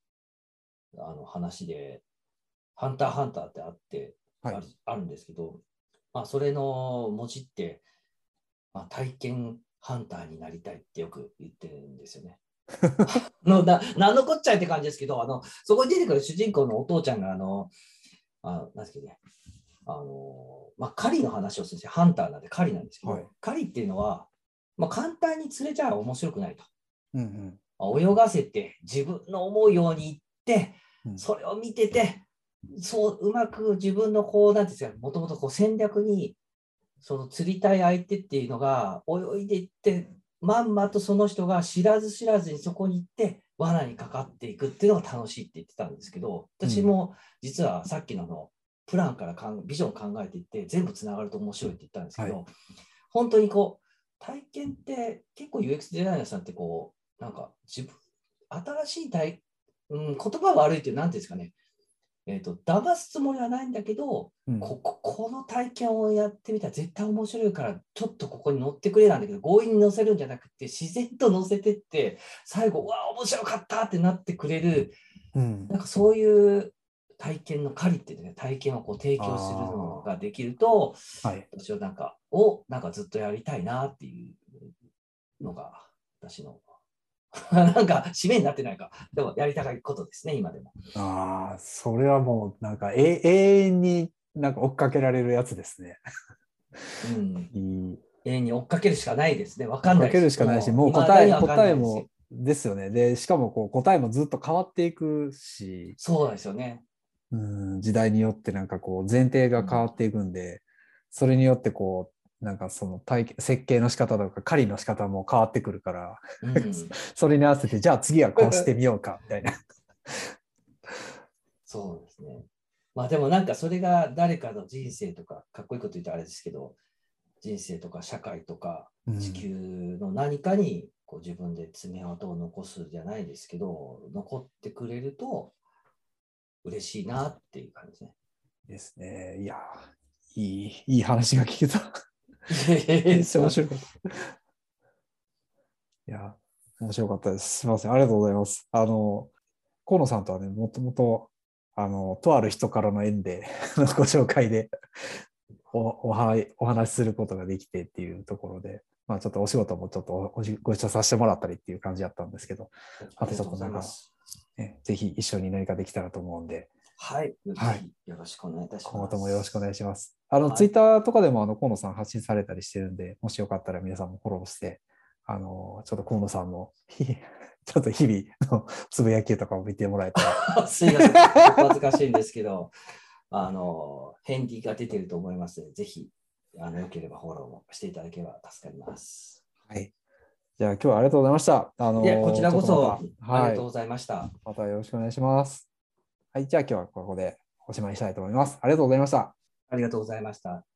話で、ハンターハンターってあって、 はい。 あるんですけど、まあそれの文字って、まあ、体験ハンターになりたいってよく言ってるんですよね。なんのこっちゃいって感じですけど、そこに出てくる主人公のお父ちゃんが、なんですけどね、まあ、狩りの話をするんですよ。ハンターなんで狩りなんですけはい。 ど、狩りっていうのは、まあ、簡単に釣れちゃ面白くないと。 うんまあ泳がせて、自分の思うように行って、 うん。 それを見てて、そううまく自分のこう、なんですか、もともとこう戦略に、その釣りたい相手っていうのが泳いでいって、まんまとその人が知らず知らずにそこに行って罠にかかっていくっていうのが楽しいって言ってたんですけど、 うん。 私も実はさっきのプランからビジョンを考えていって全部つながると面白いって言ったんですけはい。 ど、本当にこう体験って結構 UX デザイナーさんってこうなんか自分新しい言葉悪いって何ていうんですかね、騙すつもりはないんだけど、 うん。 この体験をやってみたら絶対面白いから、ちょっとここに乗ってくれなんだけど、強引に乗せるんじゃなくて、自然と乗せてって、最後、わあ、面白かったってなってくれる、 うん。 なんかそういう体験の狩りっていうね、体験をこう提供するのあができると、 あ。はい。 私はなんかずっとやりたいなっていうのが、私のなんか締めになってないか。でもやりたいことですね、今でも。 ああ、それはもうなんか永遠になんか追っかけられるやつですね。 うん。 いい。 永遠に追っかけるしかないですね。わ追っかけるかんないし。 しかないし、 もう、 もう未だにわかん答えもないです。 ですよね。で、しかもこう答えもずっと変わっていくし、 そうですよね。 時代によってなんかこう前提が変わうん。 っていくんで、それによってこう、なんかその設計の仕方とか狩りの仕方も変わってくるから、 うん。 それに合わせて、じゃあ次はこうしてみようか、みたいな。 そうですね。まあでもなんかそれが誰かの人生とか、かっこいいこと言うとあれですけど、人生とか社会とか地うん、 球の何かにこう自分で爪痕を残すじゃないですけど、残ってくれると嬉しいなっていう感じですね。 ですね。いや、いい話が聞けた。 いえいえめっちゃすいません。 面白かった。いや、面白かったです。すみません。ありがとうございます。河野さんとはね、もともと、とある人からの縁でご紹介でお話しすることができてっていうところで、まあちょっとお仕事もちょっとご一緒させてもらったりっていう感じだったんですけど、あとちょありがとうごっとなんか、 ざいます。 ね、ぜひ一緒に何かできたらと思うんで、 はい。ぜはい。 ひよろしくお願いいたします。 今後ともよろしくお願いします。 はいツイッターとかでも河野さん発信されたりしてるんで、もしよかったら皆さんもフォローして、ちょっと河野さんのちょっと日々のつぶやきとかを見てもらえたら。 すいません。お恥ずかしいんですけど、返事が出てると思いますので、ぜひ、よければフォローもしていただければ助かります。 はい。じゃあ今日はありがとうございました。 いや、こちらこそ、 また、 ありがとうございました。 またよろしくお願いします。はい。じゃあ今日はここでおしまいにしたいと思います。ありがとうございました。 ありがとうございました。